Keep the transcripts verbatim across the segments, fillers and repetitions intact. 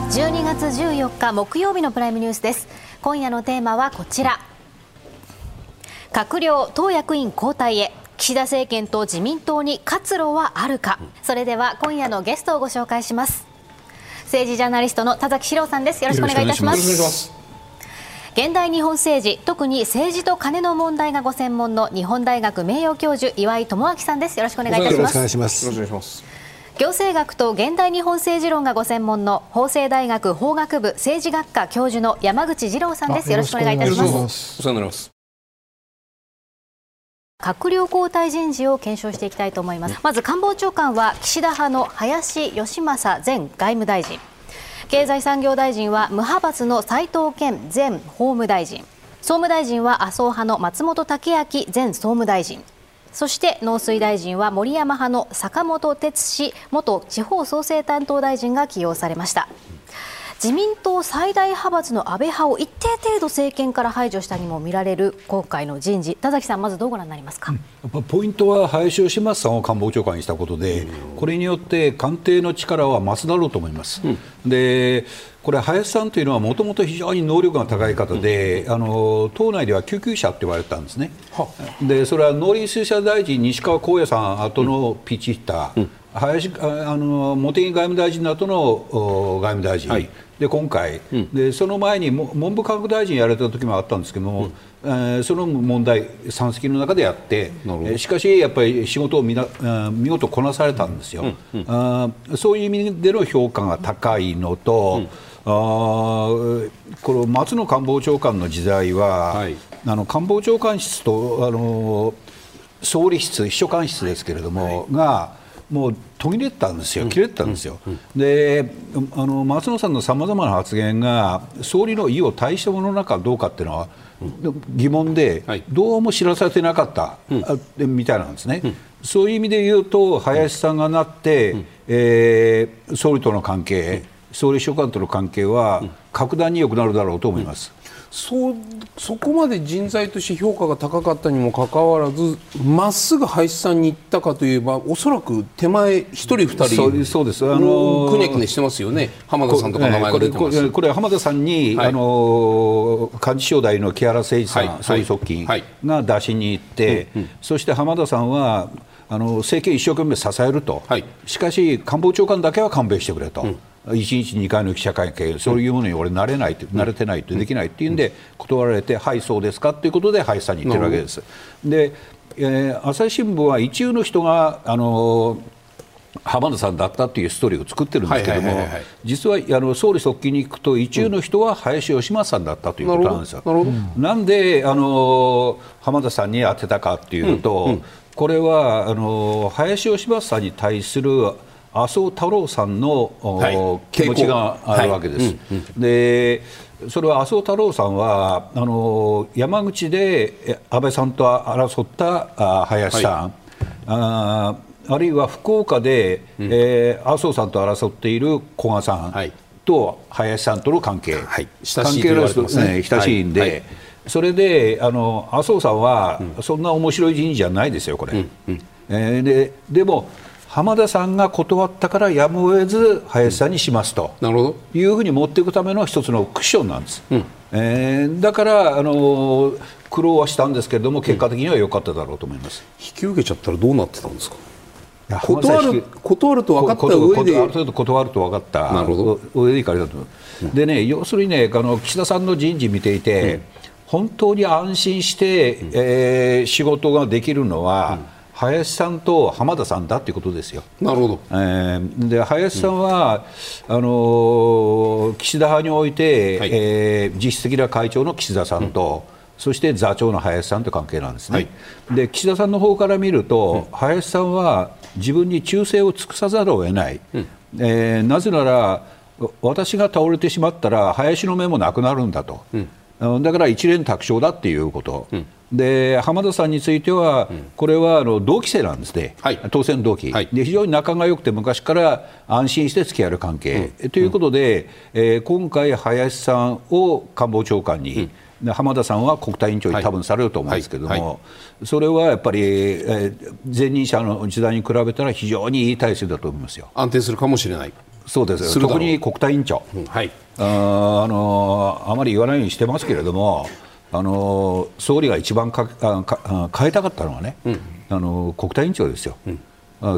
じゅうにがつじゅうよっか木曜日のプライムニュースです。今夜のテーマはこちら。閣僚党役員交代へ、岸田政権と自民党に活路はあるか。それでは今夜のゲストをご紹介します。政治ジャーナリストの田崎史郎さんです。よろしくお願いいたします。現代日本政治、特に政治と金の問題がご専門の日本大学名誉教授岩井奉明さんです。よろしくお願いいたします。 よろしくお願いします。よろしくお願いします。 行政学と現代日本政治論がご専門の法政大学法学部政治学科教授の山口二郎さんです。よろしくお願いいたします。お世話になります。閣僚交代人事を検証していきたいと思います。まず官房長官は岸田派の林芳正前外務大臣、経済産業大臣は無派閥の斉藤健前法務大臣、総務大臣は麻生派の松本剛明前総務大臣、そして農水大臣は森山派の坂本哲史元地方創生担当大臣が起用されました。自民党最大派閥の安倍派を一定程度政権から排除したにも見られる今回の人事、田崎さん、まずどうご覧になりますか。 やっぱポイントは林芳正さんを官房長官にしたことで、これによって官邸の力は増すだろうと思います。うん、でこれ林さんというのはもともと非常に能力が高い方で、あの党内では救急車って言われてたんですね。でそれは農林水産大臣西川光也さん後のピッチヒッター、うん、林あの茂木外務大臣の後の外務大臣、はい、で今回、うん、でその前に文部科学大臣やられた時もあったんですけども、うんえー、その問題山積の中でやって、えー、しかしやっぱり仕事をみな見事こなされたんですよ。うんうん、あそういう意味での評価が高いのと、うん、あこの松野官房長官の時代は、はい、あの官房長官室とあの総理室秘書官室ですけれども、はい、がもう途切れてたんですよ、切れてたんですよ。うんうんうん、であの松野さんのさまざまな発言が総理の意を体したものなのかどうかっていうのは、うん、疑問で、はい、どうも知らされてなかった、うん、みたいなんですね。うん、そういう意味で言うと林さんがなって、うんえー、総理との関係、うん、総理秘書官との関係は格段に良くなるだろうと思います。うんそうそこまで人材として評価が高かったにもかかわらずまっすぐ林さんに行ったかといえばおそらく手前一人二人そうそうです、あのー、くねくねしてますよね。浜田さんとか名前が出てます。 これ、これ、これ浜田さんに、はいあのー、幹事長代の木原誠二さん、はい、総理側近が出しに行って、はいうんうん、そして浜田さんはあの政権一生懸命支えると、はい、しかし官房長官だけは勘弁してくれと、うんいちにちにかいの記者会見、そういうものに俺慣れない、慣れてないとできないっていうんで断られて、はいそうですかということで林さんに言ってるわけです。で、えー、朝日新聞は一流の人があの浜田さんだったというストーリーを作ってるんですけども、実はあの総理側近に行くと一流の人は林芳正さんだったということなんですよ。なるほど。なんであの浜田さんに当てたかというと、うんうん、これはあの林芳正さんに対する麻生太郎さんの、はい、気持ちがあるわけです。はいうんうん、でそれは麻生太郎さんはあの山口で安倍さんと争った林さん、はい、あ, あるいは福岡で、うんえー、麻生さんと争っている古賀さんと林さんとの関係、はい、親しいと言われてますね。親しいんで、はいはい、それであの麻生さんは、うん、そんな面白い人事じゃないですよこれ。うんうんえー、で, でも浜田さんが断ったからやむを得ず林さんにしますと、うん、なるほどいうふうに持っていくための一つのクッションなんです。うんえー、だからあの苦労はしたんですけれども結果的には良かっただろうと思います。 引き受けちゃったらどうなってたんですか。断る断ると分かった上である程度断ると分かったなるほど上でいかれたと思う、うん、でね要するにねあの岸田さんの人事見ていて、うん、本当に安心して、うんえー、仕事ができるのは、うん林さんと浜田さんだということですよ。 なるほど。 えー、で林さんは、うん、あの岸田派において、はいえー、実質的な会長の岸田さんと、うん、そして座長の林さんという関係なんですね。はい、で岸田さんの方から見ると、うん、林さんは自分に忠誠を尽くさざるを得ない、うんえー、なぜなら私が倒れてしまったら林の目もなくなるんだと、うん、だから一蓮托生だっていうこと、うんで浜田さんについては、うん、これはあの同期生なんですね、はい、当選同期、はい、で非常に仲が良くて昔から安心して付き合える関係、うん、ということで、うんえー、今回林さんを官房長官に、うん、で浜田さんは国対委員長に多分されると思うんですけども、はいはいはい、それはやっぱり、えー、前任者の時代に比べたら非常にいい体制だと思いますよ。 安定するかもしれない。 そうですよ。特に国対委員長、うんはい、あ, あのあまり言わないようにしてますけれども、あの総理が一番かか変えたかったのはね、うん、あの国対委員長ですよ、うん、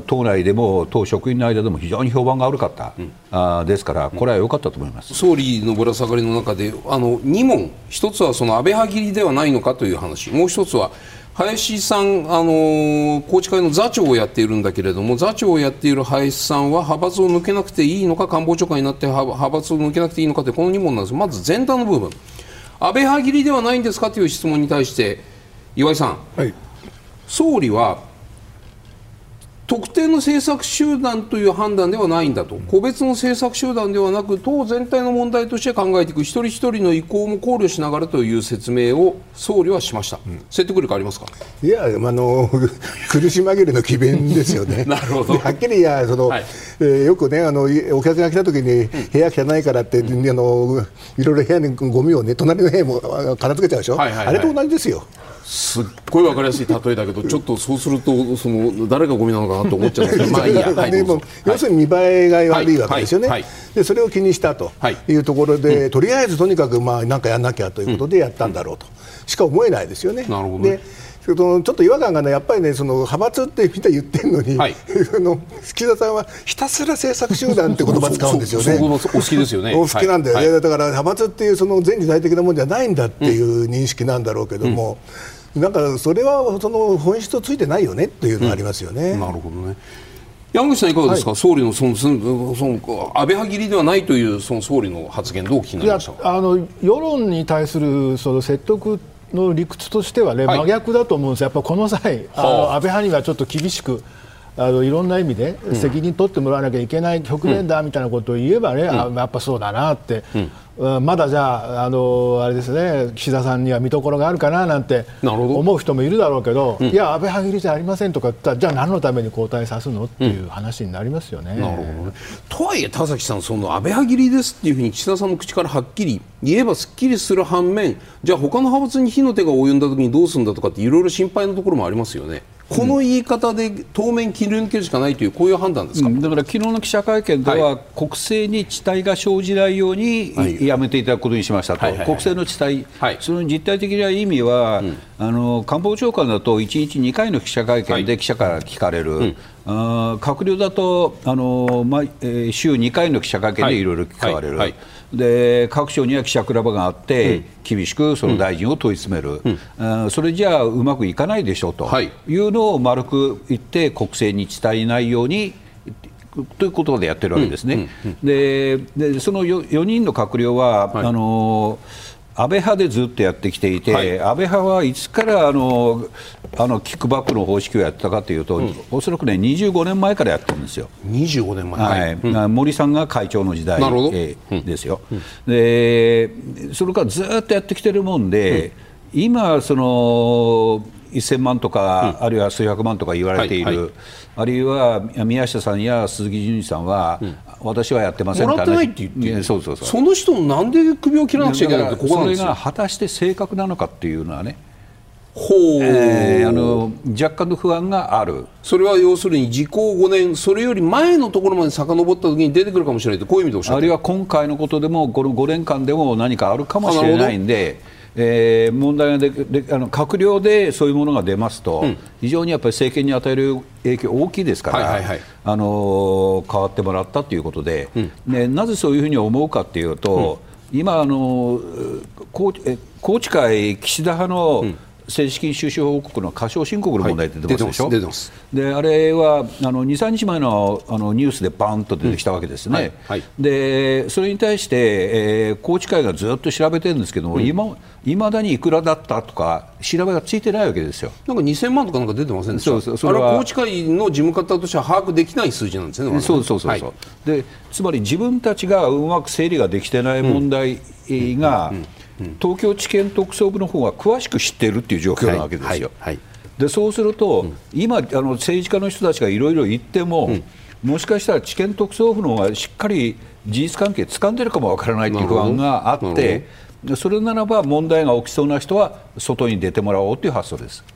党内でも党職員の間でも非常に評判が悪かった、うん、あですからこれは良かったと思います、 うん、総理のぶら下がりの中であのに問、一つはその安倍派切りではないのかという話、もう一つは林さん、あの宏池会の座長をやっているんだけれども、座長をやっている林さんは派閥を抜けなくていいのか、官房長官になって派閥を抜けなくていいのかというこのに問なんです。まず前段の部分、安倍派切りではないんですかという質問に対して岩井さん、はい、総理は特定の政策集団という判断ではないんだと、個別の政策集団ではなく党全体の問題として考えていく、一人一人の意向も考慮しながらという説明を総理はしました、うん、説得力ありますか。 いや、あの苦し紛れの詭弁ですよねなるほど。 はっきりいやその、はい、えー、よくね、あのお客が来た時に部屋汚いからって、うん、あのいろいろ部屋にゴミをね、隣の部屋も片付けちゃうでしょ、はいはいはい、あれと同じですよ。 すっごい分かりやすい例えだけど、ちょっとそうするとその誰がゴミなのかなと思っちゃうんですけどまあいいや、はい、 要するに見栄えが悪いわけですよね、はいはいはい、でそれを気にしたというところで、はい、とりあえずとにかくまあなんかやんなきゃということでやったんだろうとしか思えないですよね。 なるほどね。 でちょっと違和感がね、やっぱりね、その派閥ってみんな言ってるのに、はい、あの岸田さんはひたすら政策集団って言葉使うんですよね。 お好きですよね。 お好きなんだよね、はい、だから派閥っていうその全時代的なものじゃないんだっていう認識なんだろうけども、うん、なんかそれはその本質とついてないよねっていうのがありますよね、 うん、なるほどね。山口さんいかがですか、はい、総理のそのそのその安倍派切りではないというその総理の発言どう聞きになりましたか。 いや、あの世論に対するその説得の理屈としては、ね、はい、真逆だと思うんですよ。やっぱこの際、あの安倍派にはちょっと厳しくあのいろんな意味で責任取ってもらわなきゃいけない局面だみたいなことを言えばね、うん、あやっぱそうだなって、うん、まだじゃあ、あのあれですね、岸田さんには見どころがあるかななんて思う人もいるだろうけど、うん、いや安倍派切りじゃありませんとか言ったら、じゃあ何のために交代さすのっていう話になりますよね、うん、なるほどね。 とはいえ田崎さん、その安倍派切りですっていうふうに岸田さんの口からはっきり言えばすっきりする反面、じゃあ他の派閥に火の手が及んだ時にどうするんだとかっていろいろ心配なところもありますよね。この言い方で当面切り抜けるしかないというこういう判断ですか。うん、だから昨日の記者会見では、はい、国政に遅滞が生じないように、はい、やめていただくことにしましたと、はいはいはい、国政の遅滞、はい、その実態的な意味は、うん、あの官房長官だといちにちにかいの記者会見で記者から聞かれる、はい、うん、あ閣僚だとあの、まえー、週にかいの記者会見でいろいろ聞かれる、はいはいはい、で各省には記者クラブがあって、うん、厳しくその大臣を問い詰める、うん、あそれじゃあうまくいかないでしょうというのを丸く言って、国政に遅滞ないようにということでやってるわけですね、うんうんうん、で, でその よ, よにんの閣僚は、はい、あの安倍派でずっとやってきていて、はい、安倍派はいつからあのあのキックバックの方式をやってたかというと、うん、おそらくねにじゅうごねんまえからやってるんですよ。 にじゅうごねんまえ、 はい、うん、森さんが会長の時代、えー、ですよ、うん、でそれからずっとやってきてるもんで、うん、今そのせんまんとか、うん、あるいは数百万とか言われている、はいはい、あるいは宮下さんや鈴木淳二さんは、うん、私はやってませんもらってないって言って、 そうそうそう、 その人なんで首を切らなくちゃいけないのってここなんですよ。 それが果たして正確なのかっていうのはね、 ほう、 えー、あの若干の不安がある。 それは要するに時効ごねん、それより前のところまで遡ったときに出てくるかもしれないと、こういう意味でおっしゃってる。 あるいは今回のことでもこのごねんかんでも何かあるかもしれないんで、えー、問題がでであの閣僚でそういうものが出ますと、うん、非常にやっぱり政権に与える影響大きいですから、はいはいはい、あのー、変わってもらったということで、うん、ね、なぜそういうふうに思うかというと、うん、今あの宏池会岸田派の、うん、政治資金収支報告の過少申告の問題って出てますでしょ、はい、出てます。であれはあのに、さんにちまえ の, あのニュースでバーンと出てきたわけですね、うん、はいはい、でそれに対して、えー、宏池会がずっと調べてるんですけども、うん、今いまだにいくらだったとか調べがついてないわけですよ。 なんかにせんまんとかなんか出てませんでした。そうそう、それは宏池会の事務方としては把握できない数字なんですね。 そうそうそうそう、はい、でつまり自分たちがうまく整理ができてない問題が、うんうんうんうん、東京地検特捜部の方が詳しく知っているという状況なわけですよ、はいはいはい、でそうすると、うん、今あの政治家の人たちがいろいろ言っても、うん、もしかしたら地検特捜部の方がしっかり事実関係掴んでるかもわからないという不安があって、それならば問題が起きそうな人は外に出てもらおうという発想です。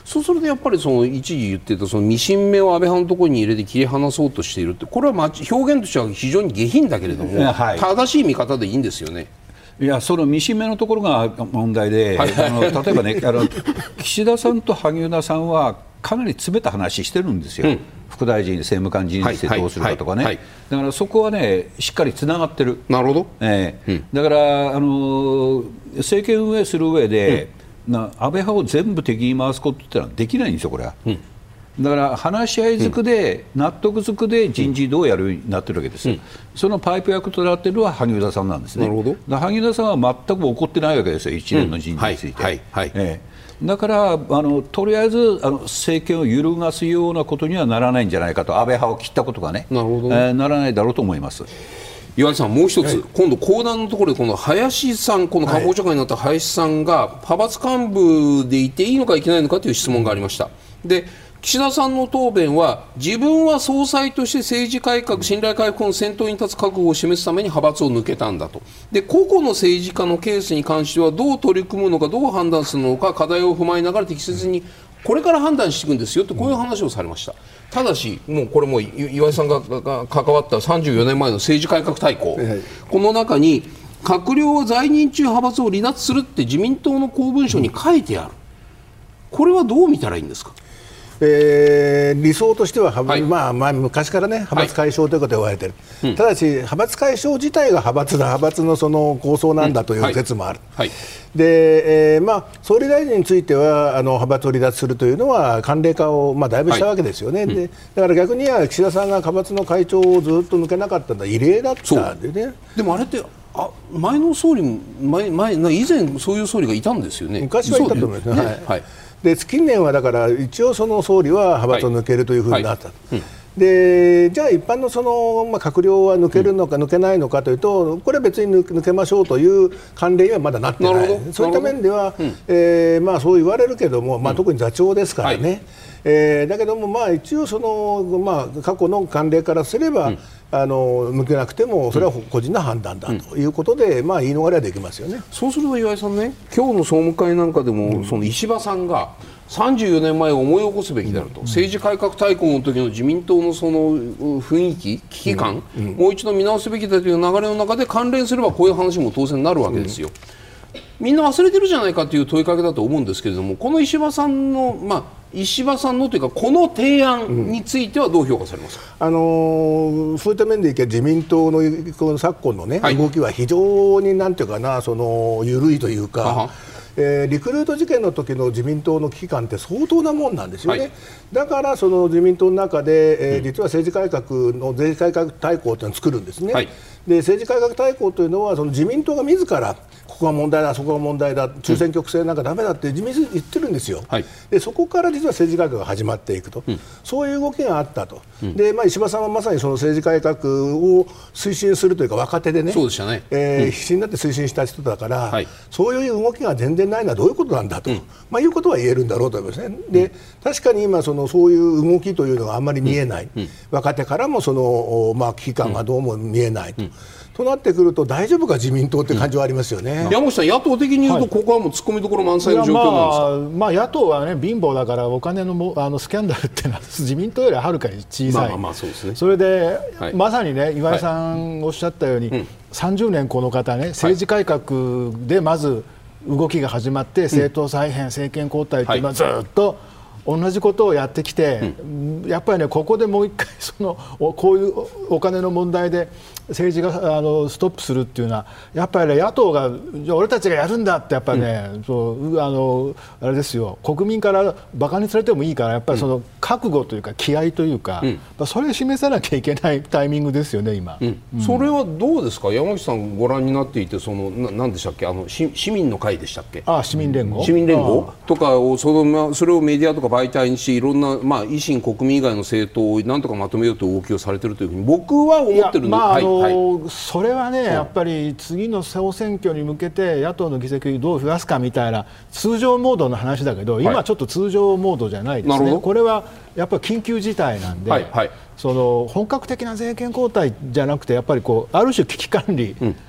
そうするとやっぱりその一時言ってたそのミシン目を安倍派のところに入れて切り離そうとしているって、これは表現としては非常に下品だけれども、はい、正しい見方でいいんですよね。 いや、そのミシン目のところが問題で、はい、あの例えばねあの岸田さんと萩生田さんはかなり詰めた話してるんですよ、うん、副大臣、政務官人事でどうするかとかね、はいはいはい、だからそこはねしっかりつながってる。 なるほど、 えーうん、だからあの政権運営する上で、うん、な安倍派を全部敵に回すことってのはできないんですよ、これは。うん、だから話し合いづくで、うん、納得づくで人事どうやるようになってるわけです、うん、そのパイプ役となっているのは萩生田さんなんですね。 なるほど。 だから萩生田さんは全く怒ってないわけですよ、一連の人事について、うん、はいはいはい、えー、だからあのとりあえずあの政権を揺るがすようなことにはならないんじゃないかと、安倍派を切ったことがね、 なるほど、 えー、ならないだろうと思います。 岩井さん、もう一つ、はい、今度、講談のところでこの林さん、この官房長官になった林さんが派閥幹部でいていいのかいけないのかという質問がありました。で岸田さんの答弁は、自分は総裁として政治改革、信頼回復の先頭に立つ覚悟を示すために派閥を抜けたんだと。で個々の政治家のケースに関してはどう取り組むのか、どう判断するのか、課題を踏まえながら適切にこれから判断していくんですよと、こういう話をされました。ただし、もうこれも岩井さんが関わったさんじゅうよねんまえの政治改革大綱、はい、この中に閣僚は在任中派閥を離脱するって自民党の公文書に書いてある。これはどう見たらいいんですか。 えー、理想としては、はい、まあ、まあ昔から、ね、派閥解消ということで言われている、はい、ただし派閥解消自体が派閥だ、派閥のその構想なんだという説もある、うんはい、でえーまあ、総理大臣についてはあの派閥を離脱するというのは慣例化を、まあ、だいぶしたわけですよね、はい、でだから逆には岸田さんが派閥の会長をずっと抜けなかったのは異例だったんでね。 でもあれってあ前の総理も前前以前そういう総理がいたんですよね。 昔はいたと思いますね。はいはい、で近年はだから一応その総理は派閥を抜けるというふうになった、はいはい、うん、でじゃあ一般のその、まあ、閣僚は抜けるのか抜けないのかというと、これは別に抜けましょうという慣例にはまだなってない。そういった面では、うん、えーまあ、そう言われるけども、まあ、特に座長ですからね、はい、えー、だけども、まあ、一応その、まあ、過去の慣例からすれば、うん、あの抜けなくてもそれは個人の判断だということで、うん、まあ、言い逃れはできますよね。 そうすると岩井さんね、今日の総務会なんかでも、うん、その石破さんがさんじゅうよねんまえを思い起こすべきであると、うん、政治改革大綱の時の自民党のその雰囲気、危機感、うんうん、もう一度見直すべきだという流れの中で関連すればこういう話も当然なるわけですよ、うん、みんな忘れてるじゃないかという問いかけだと思うんですけれども、この石破さんの、まあ、石破さんのというかこの提案についてはどう評価されますか。 うん、あのー、そういった面でいけば自民党のこの昨今の、ね、はい、動きは非常になんていうかな、その緩いというか、えー、リクルート事件の時の自民党の危機感って相当なもんなんですよね、はい、だからその自民党の中で、えー、実は政治改革の税制改革大綱というのを作るんですね、はい、で政治改革大綱というのはその自民党が自らここが問題だ、そこが問題だ、中選挙区制なんかダメだって自民党言ってるんですよ、はい、でそこから実は政治改革が始まっていくと、うん、そういう動きがあったと、うん、でまあ、石破さんはまさにその政治改革を推進するというか若手でね、 そうでしたね、 えーうん、必死になって推進した人だから、はい、そういう動きが全然ないのはどういうことなんだと、うん、まあ、いうことは言えるんだろうと思いますね。で、うん、確かに今そのそういう動きというのがあんまり見えない、うんうん、若手からもその、まあ、危機感がどうも見えないと、うんうん、となってくると大丈夫か自民党という感じはありますよね、 うん、山口さん、野党的に言うと、はい、ここはもう突っ込みどころ満載の状況なんですか。 まあ、まあ、野党は、ね、貧乏だからお金 の, もあのスキャンダルっていうのは自民党よりはるかに小さい、まあまあまあそうですね、それで、はい、まさに、ね、岩井さんおっしゃったように、はい、うん、さんじゅうねんこの方、ね、政治改革でまず動きが始まって、政党再編、うん、政権交代というのはずっと同じことをやってきて、うん、やっぱり、ね、ここでもう一回そのこういうお金の問題で政治があのストップするっていうのはやっぱり、ね、野党がじゃあ俺たちがやるんだってやっぱり、ね、うん、そうあのあれですよ、国民からバカにされてもいいからやっぱりその覚悟というか気合というか、うん、それを示さなきゃいけないタイミングですよね今、うんうん、それはどうですか。山口さんご覧になっていて、そのな何でしたっけ、あの市民の会でしたっけ、 ああ市民連合市民連合とかをそのそれをメディアとか媒体にしていろんな、まあ、維新国民以外の政党をなんとかまとめようという動きをされているというふうに僕は思ってるんです。まあ、はいはい、 それはね、やっぱり次の総選挙に向けて野党の議席をどう増やすかみたいな通常モードの話だけど、今ちょっと通常モードじゃないですね。これはやっぱり緊急事態なんで、はいはい、その本格的な政権交代じゃなくてやっぱりこうある種危機管理、うん、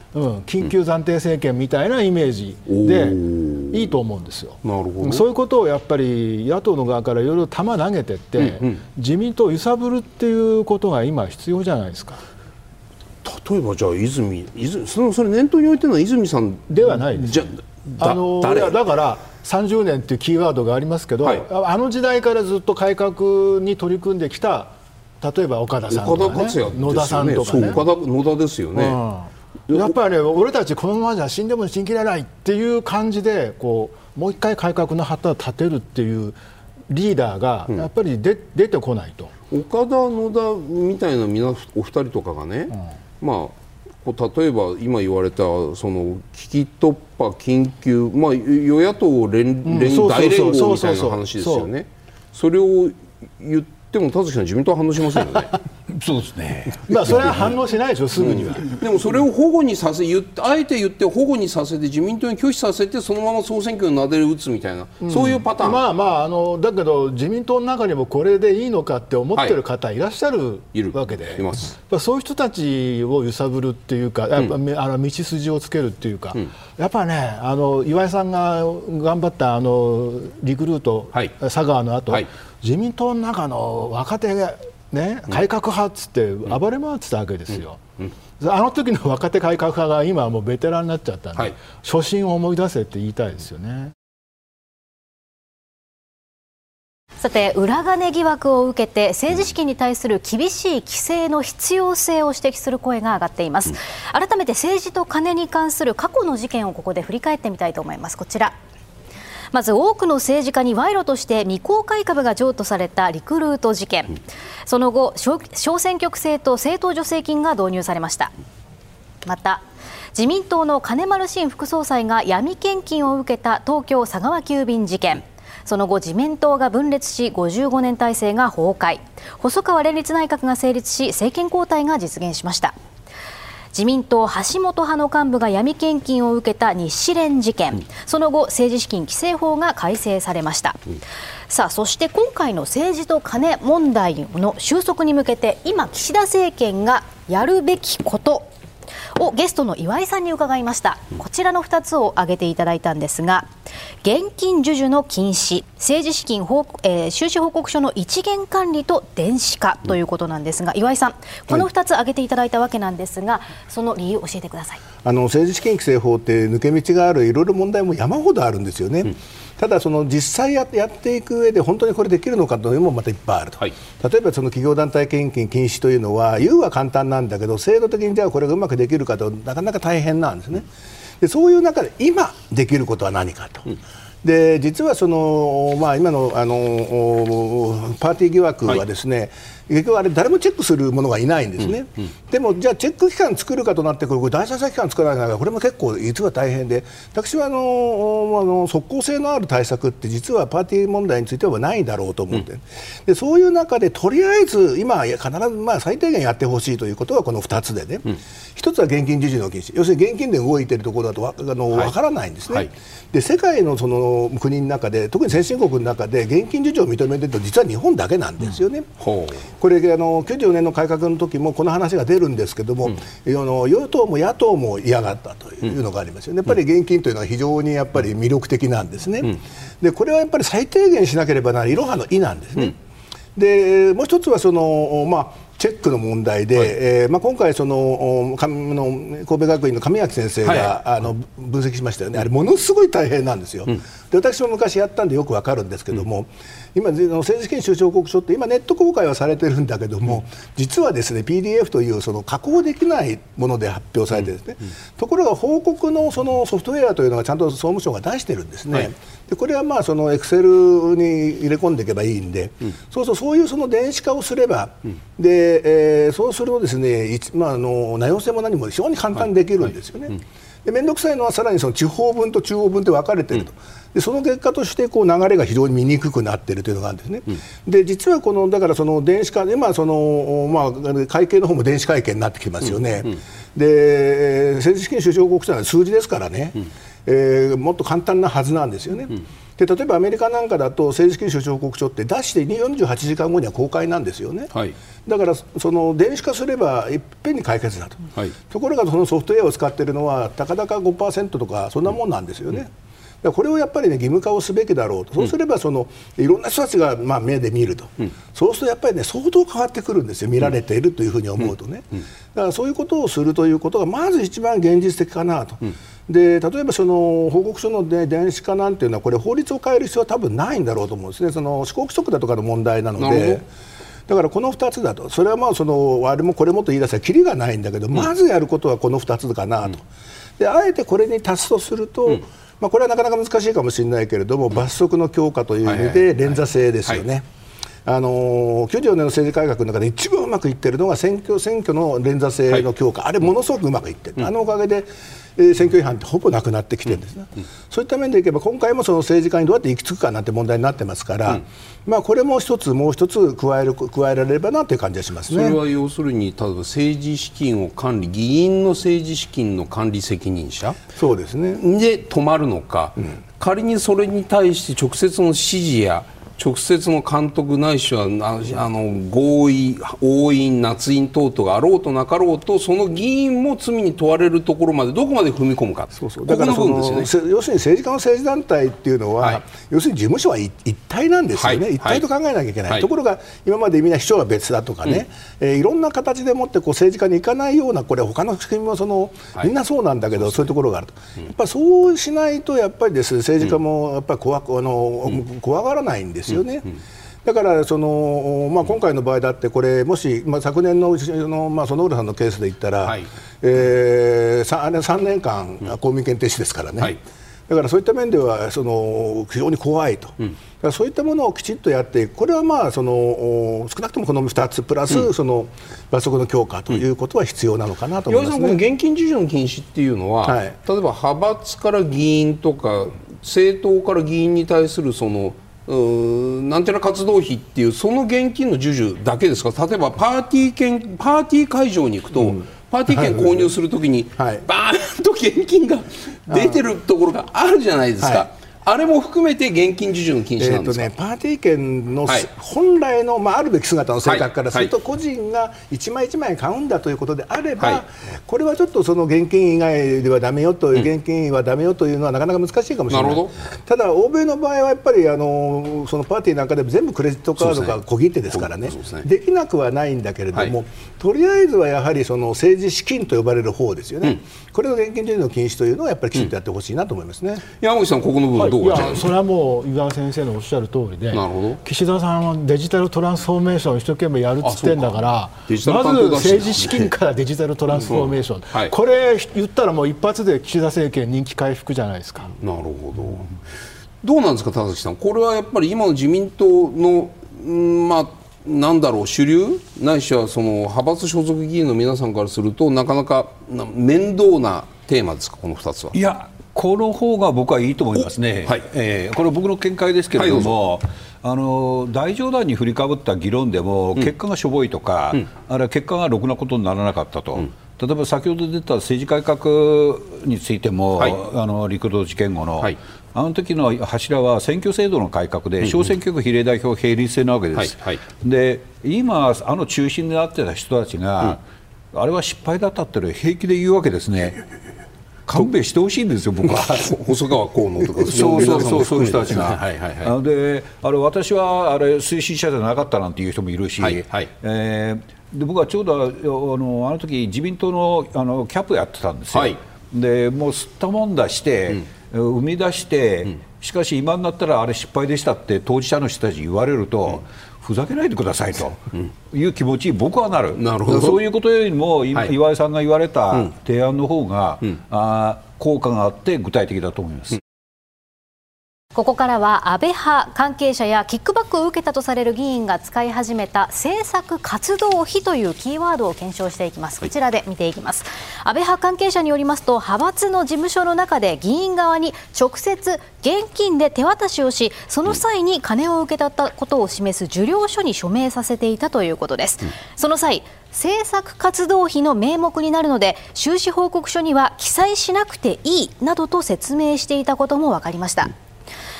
うん、緊急暫定政権みたいなイメージでいいと思うんですよ。 なるほど。 そういうことをやっぱり野党の側からいろいろ球投げてって、うんうん、自民党を揺さぶるっていうことが今必要じゃないですか。 例えばじゃあ泉、泉そのそれ念頭に置いてるのは泉さんではないです。 じゃあのだ, だからさんじゅうねんっていうキーワードがありますけど、はい、あの時代からずっと改革に取り組んできた、例えば岡田さんとか、ね、野田さんとかね、 岡田野田ですよね、 うん、やっぱりね、俺たちこのままじゃ死んでも死にきれないっていう感じでこうもう一回改革の旗を立てるっていうリーダーがやっぱりで、うん、出てこないと。 岡田野田みたいな皆お二人とかがね、うん、まあ例えば今言われたその危機突破緊急、まあ、与野党連連大連合みたいな話ですよね。それを言っても田崎さん自民党は反応しませんよね。 そうですね。 まあそれは反応しないでしょ、すぐには、うん、 でもそれを保護にさせ言ってあえて言って保護にさせて自民党に拒否させてそのまま総選挙になでる打つみたいな、うん、そういうパターン。 まあまあ、あのだけど自民党の中にもこれでいいのかって思ってる方いらっしゃるわけで、はい、 います。 そういう人たちを揺さぶるっていうか、やっぱ、うん、あの道筋をつけるっていうか、うん、やっぱね、あの岩井さんが頑張ったあのリクルート、はい、佐川の後、はい、自民党の中の若手がね、改革派っつって暴れ回ってたわけですよ、うんうん、あの時の若手改革派が今はもうベテランになっちゃったんで、はい、初心を思い出せって言いたいですよね。 さて、裏金疑惑を受けて政治資金に対する厳しい規制の必要性を指摘する声が上がっています、うん、改めて政治と金に関する過去の事件をここで振り返ってみたいと思います。こちら、まず多くの政治家に賄賂として未公開株が譲渡されたリクルート事件、その後小選挙区制と政党助成金が導入されました。また自民党の金丸信副総裁が闇献金を受けた東京佐川急便事件、その後自民党が分裂しごじゅうごねん体制が崩壊、細川連立内閣が成立し政権交代が実現しました。自民党橋本派の幹部が闇献金を受けた日支連事件、その後政治資金規正法が改正されました、うん、さあそして今回の政治と金問題の収束に向けて今岸田政権がやるべきことをゲストの岩井さんに伺いました。こちらのふたつを挙げていただいたんですが、現金授受の禁止、政治資金報、えー、収支報告書の一元管理と電子化ということなんですが、岩井さん、このふたつ挙げていただいたわけなんですが、はい、その理由を教えてください。 あの政治資金規正法って抜け道がある、いろいろ問題も山ほどあるんですよね、うん、ただその実際やっていく上で本当にこれできるのかというのもまたいっぱいあると、はい、例えばその企業団体献金禁止というのは言うは簡単なんだけど制度的にじゃあこれがうまくできるかとなかなか大変なんですね。でそういう中で今できることは何かと、うん、で実はその、まあ、今の、あのパーティー疑惑はですね、はい、結局あれ誰もチェックするものがいないんですね、うんうん、でもじゃあチェック機関作るかとなってくると第三者機関作らないからこれも結構実は大変で、私はあのあの即効性のある対策って実はパーティー問題についてはないだろうと思って、うん、でそういう中でとりあえず今必ずまあ最低限やってほしいということはこのふたつでね、うん、ひとつは現金授受の禁止、要するに現金で動いているところだとわあの、はい、分からないんですね、はい、で世界のその国の中で特に先進国の中で現金授受を認めていると実は日本だけなんですよね、うん、これあのきゅうじゅうよねんの改革の時もこの話が出るんですけども、うん、あの与党も野党も嫌がったというのがありますよね。やっぱり現金というのは非常にやっぱり魅力的なんですね、うん、でこれはやっぱり最低限しなければならないいろはの意なんですね、うん、でもう一つはその、まあチェックの問題で、はい、えーまあ、今回その神の神戸学院の神脇先生が、はい、あの分析しましたよね。あれものすごい大変なんですよ、うん、で私も昔やったんでよくわかるんですけども、うん、今政治資金収支報告書って今ネット公開はされてるんだけども、うん、実はですね ピーディーエフ というその加工できないもので発表されてですね、うんうん、ところが報告のそのソフトウェアというのがちゃんと総務省が出してるんですね、はい、でこれはまあそのエクセルに入れ込んでいけばいいんで、うん、そうそうそういうその電子化をすれば、うん、でえー、そうするとですね、まあ、あの名寄せも何も非常に簡単にできるんですよね、はいはい、うん、で面倒くさいのはさらにその地方分と中央分って分かれていると、うん、でその結果としてこう流れが非常に見にくくなっているというのがあるんですね、うん、で実はこのだからその電子化で、まあそのまあ、会計の方も電子会計になってきますよね、うんうん、で政治資金収支報告書は数字ですからね、うん、えー、もっと簡単なはずなんですよね、うん、 で例えばアメリカなんかだと政治資金収支報告書って出してよんじゅうはちじかんごには公開なんですよね、はい、だからその電子化すればいっぺんに解決だと、はい、ところがそのソフトウェアを使っているのはたかだか ごパーセント とかそんなもんなんですよね、うんうん、だからこれをやっぱり、ね、義務化をすべきだろうと、そうすればそのいろんな人たちがまあ目で見ると、うん、そうするとやっぱり、ね、相当変わってくるんですよ、見られているというふうに思うとね、うんうん、だからそういうことをするということがまず一番現実的かなと、うん、で例えばその報告書の、ね、電子化なんていうのはこれ法律を変える必要は多分ないんだろうと思うんですね、その施行規則だとかの問題なので。だからこのふたつだと、それはまあそのあれもこれもと言い出したらきりがないんだけど、まずやることはこのふたつかなと、であえてこれに達すとすると、うんまあ、これはなかなか難しいかもしれないけれども、罰則の強化という意味で連座制ですよね。あのきゅうじゅうよねんの政治改革の中で一番うまくいっているのが選挙、選挙の連座制の強化、はい、あれものすごくうまくいっている、うん、あのおかげで、えー、選挙違反ってほぼなくなってきてるんですね、うんうん、そういった面でいけば今回もその政治家にどうやって行き着くかなんて問題になってますから、うんまあ、これも一つもう一つ加える加えられればなという感じがしますね。 それは要するに例えば政治資金を管理、議員の政治資金の管理責任者そうですねで止まるのか、うん、仮にそれに対して直接の指示や直接の監督ないしはあの合意、応印、捺印等々があろうとなかろうとその議員も罪に問われるところまでどこまで踏み込むか、 そうそうだからその要するに政治家の政治団体っていうのは、はい、要するに事務所は一体なんですよね、はい、一体と考えなきゃいけない、はい、ところが今までみんな秘書は別だとかね、うんえー、いろんな形でもってこう政治家に行かないような、これ他の仕組みもその、はい、みんなそうなんだけど、そう、そういうところがあると、うん、やっぱそうしないとやっぱりです、政治家もやっぱり怖、あの、うん、怖がらないんですよね、うんうんだからその、まあ、今回の場合だってこれもし、まあ、昨年のの、まあ、園浦さんのケースで言ったら、はいえー、さ, さんねんかん公民権停止ですからね、はい、だからそういった面ではその非常に怖いと、うん、だからそういったものをきちっとやっていく、これはまあその少なくともこのふたつプラス、うん、その罰則の強化ということは必要なのかなと思いますね。 岩井さん、この現金授受の禁止っていうのは、はい、例えば派閥から議員とか政党から議員に対するそのうーなんていうな活動費っていうその現金の授受だけですか。例えばパーティー券パーティー会場に行くと、うん、パーティー券購入するときに、はい、バーンと現金が出てるところがあるじゃないですか、はい、あれも含めて現金授受の禁止なんですか。 えーとね、パーティー券の、はい、本来の、まあ、あるべき姿の性格からすると、はい、個人が一枚一枚買うんだということであれば、はい、これはちょっとその現金以外ではダメよという、うん、現金はダメよというのはなかなか難しいかもしれない。なるほど。ただ欧米の場合はやっぱりあのそのパーティーなんかでも全部クレジットカードが小切手ですからね、できなくはないんだけれども、はい、とりあえずはやはりその政治資金と呼ばれる方ですよね、うん、これの現金授受の禁止というのはやっぱりきちんとやってほしいなと思いますね、うん、 山口さん、ここの部分どうご覧になりますか。 それはもう湯川先生のおっしゃる通りで、岸田さんはデジタルトランスフォーメーションを一生懸命やるっつってんだから、まず政治資金からデジタルトランスフォーメーション、うんはい、これ言ったらもう一発で岸田政権人気回復じゃないですか。 なるほど。どうなんですか田崎さん、これはやっぱり今の自民党の、んまあなんだろう主流ないしはその派閥所属議員の皆さんからするとなかなか面倒なテーマですか、このふたつは。 いや、この方が僕はいいと思いますね、はいえー、これは僕の見解ですけれども、はい、あの大冗談に振りかぶった議論でも、うん、結果がしょぼいとか、うん、あるいは結果がろくなことにならなかったと、うん、例えば先ほど出た政治改革についても、はい、あの陸道事件後の、はい、あの時の柱は選挙制度の改革で、うんうん、小選挙区比例代表並立制なわけです、はいはい、で今あの中心になってた人たちが、うん、あれは失敗だったって平気で言うわけですね。勘弁してほしいんですよ、僕は。 細川河野とかそうそうそう、そういう人たちが、はいはいはい、であれ私はあれ推進者じゃなかったなんていう人もいるし、はいはいえー、で僕はちょうどあのあの時自民党 の, あのキャップやってたんですよ、はい、でもう吸ったもんだして、うん、生み出して、うん、しかし今になったらあれ失敗でしたって当事者の人たちに言われると、うんふざけないでくださいという気持ちに僕はなる、なるほど。そういうことよりも、はい、岩井さんが言われた提案の方が、うん、あ効果があって具体的だと思います、うん。 ここからは安倍派関係者やキックバックを受けたとされる議員が使い始めた政策活動費というキーワードを検証していきます。こちらで見ていきます。安倍派関係者によりますと、派閥の事務所の中で議員側に直接現金で手渡しをし、その際に金を受け取ったことを示す受領書に署名させていたということです、うん、その際政策活動費の名目になるので収支報告書には記載しなくていいなどと説明していたことも分かりました、うん。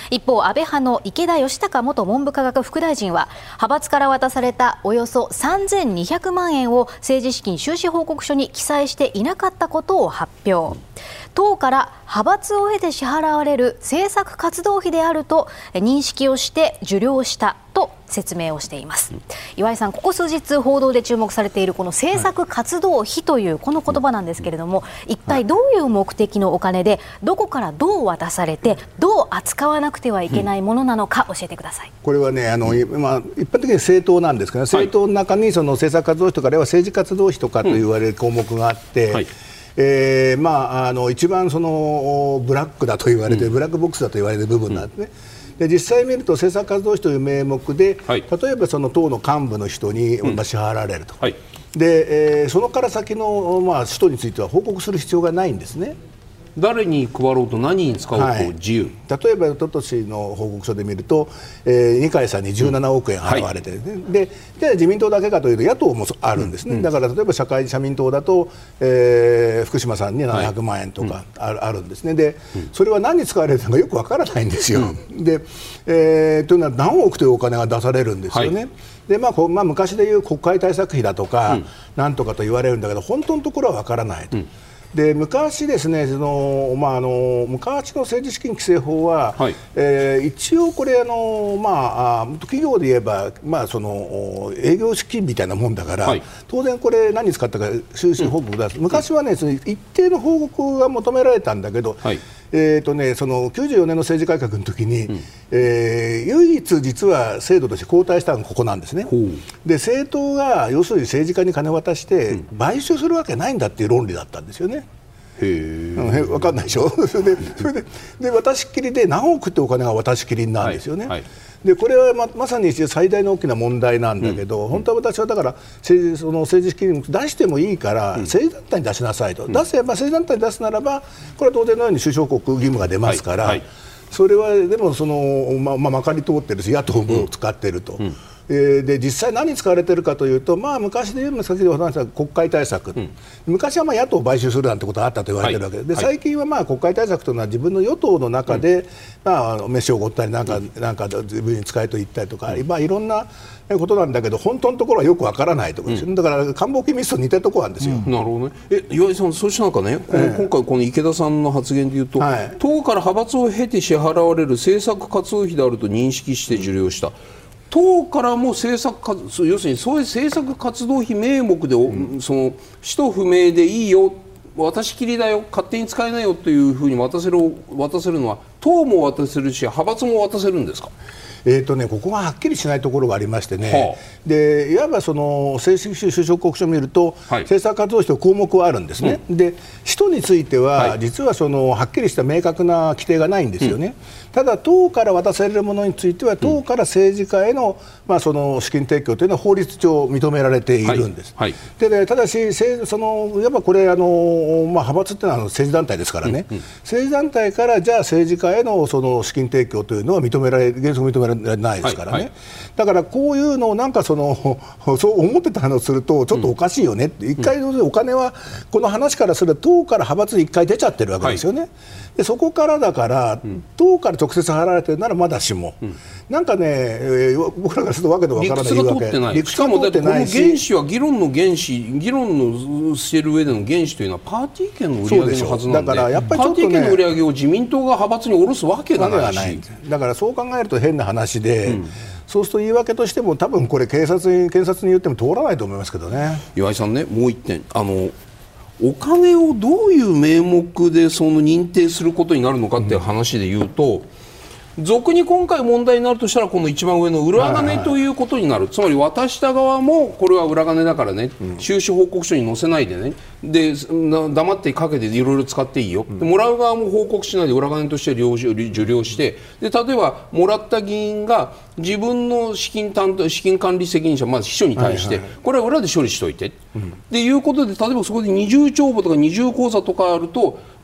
一方、安倍派の池田義孝元文部科学副大臣は派閥から渡されたおよそさんぜんにひゃくまんえんを政治資金収支報告書に記載していなかったことを発表。党から派閥を経て支払われる政策活動費であると認識をして受領したと説明をしています。岩井さん、ここ数日報道で注目されているこの政策活動費というこの言葉なんですけれども、一体どういう目的のお金でどこからどう渡されてどう扱わなくてはいけないものなのか教えてください。 これはね、あの、まあ、一般的に政党なんですけど、政党の中にその政策活動費とかあるいは政治活動費とかと言われる項目があって、はい、えーまあ、あの一番そのブラックだと言われている、うん、ブラックボックスだと言われている部分なんですね。で実際見ると政策活動費という名目で、はい、例えばその党の幹部の人に、うん、支払われると、はい、でえー、そのから先の、まあ、人については報告する必要がないんですね。 誰に配ろうと何に使おうと自由、 はい、例えばおととしの報告書で見ると、えー、二階さんにじゅうななおくえん払われて、うんはい、でで自民党だけかというと野党もあるんですね、うん、だから例えば社会社民党だと、えー、福島さんにななひゃくまんえんとかある、はい、あるんですね。で、うん、それは何に使われているのかよくわからないんですよ、うん、で、えー、というのは何億というお金が出されるんですよね、はいでまあこまあ、昔でいう国会対策費だとか、うん、なんとかと言われるんだけど本当のところはわからないと、うんで昔ですね、そのまあ、あの昔の政治資金規正法は、はいえー、一応これあの、まあ、企業で言えば、まあ、その営業資金みたいなもんだから、はい、当然これ何に使ったか収支報告出す、うん、昔はねその一定の報告が求められたんだけど、はいえーとね、そのきゅうじゅうよねんの政治改革の時に、うんえー、唯一実は制度として後退したのがここなんですね。で政党が要するに政治家に金を渡して買収するわけないんだっていう論理だったんですよね。へー、分かんないでしょそれで、それで、で渡し切りで何億ってお金が渡し切りなんですよね、はいはい、でこれは ま, まさに最大の大きな問題なんだけど、うん、本当は私はだから政治、その政治資金出してもいいから、うん、政治団体に出しなさいと、うん、出せば政治団体に出すならばこれは当然のように収支報告義務が出ますから、はいはい、それはでもその、ままあ、まかり通ってるし野党も使っていると、うんうんえー、で実際何に使われているかというと、まあ、昔で言うの先ほどお話した国会対策、うん、昔はまあ野党を買収するなんてことがあったと言われているわけで、はい、で最近はまあ国会対策というのは自分の与党の中で、うんまあ、飯をおごったりなんか、うん、なんか自分に使えと言ったりとか、うんまあ、いろんなことなんだけど本当のところはよくわからないところですよ、うん、だから官房機密と似てるところなんですよ、うん、 なるほどね。え岩井さん、そうした中ね、えー、今回この池田さんの発言でいうと、はい、党から派閥を経て支払われる政策活動費であると認識して受領した、党からも政策活要するにそういう政策活動費名目で、うん、その使途不明でいいよ渡し切りだよ勝手に使えないよというふうに渡せる、渡せるのは党も渡せるし派閥も渡せるんですか。 えーとね、ここがはっきりしないところがありましてね、はあ、でいわばその政治収支報告書を見ると、はい、政策活動費という項目はあるんですね、うん、で使途については、はい、実はそのはっきりした明確な規定がないんですよね、うん、ただ党から渡されるものについては党から政治家への、まあ、その資金提供というのは法律上認められているんです、はいはい、で、ね、ただしそのやっぱこれあの、まあ、派閥っていうのは政治団体ですからね、うんうん、政治団体からじゃあ政治家へのその資金提供というのは認められ原則認められないですからね、はいはい、だからこういうのをなんかそのそう思ってたのをするとちょっとおかしいよねって、うん、一回お金はこの話からすると党から派閥に一回出ちゃってるわけですよね、はい、でそこからだから、うん、党から直接払われてるならまだしも、うん、なんかね、えー、僕らからするとわけのわからない言い訳、 理屈が通ってないし、しかもこの原資は議論の原資議論のしている上での原資というのはパーティー券の売り上げのはずなんで、だからやっぱりちょっと、ね、パーティー券の売り上げを自民党が派閥に下ろすわけがないし、 だからそう考えると変な話で、うん、そうすると言い訳としても多分これ警察に検察に言っても通らないと思いますけどね。 岩井さんね、もう一点、あのお金をどういう名目でその認定することになるのかっていう話で言うと、うん、俗に今回問題になるとしたらこの一番上の裏金ということになる、はいはい、つまり渡した側もこれは裏金だからね、うん、収支報告書に載せないでね、で黙ってかけていろいろ使っていいよ、うん、でもらう側も報告しないで裏金として受領して、で例えばもらった議員が自分の資金担当資金管理責任者、まず秘書に対して、はいはい、これは裏で処理しといて、うん、っていうことで、例えばそこで二重帳簿とか二重口座とかあると、まあ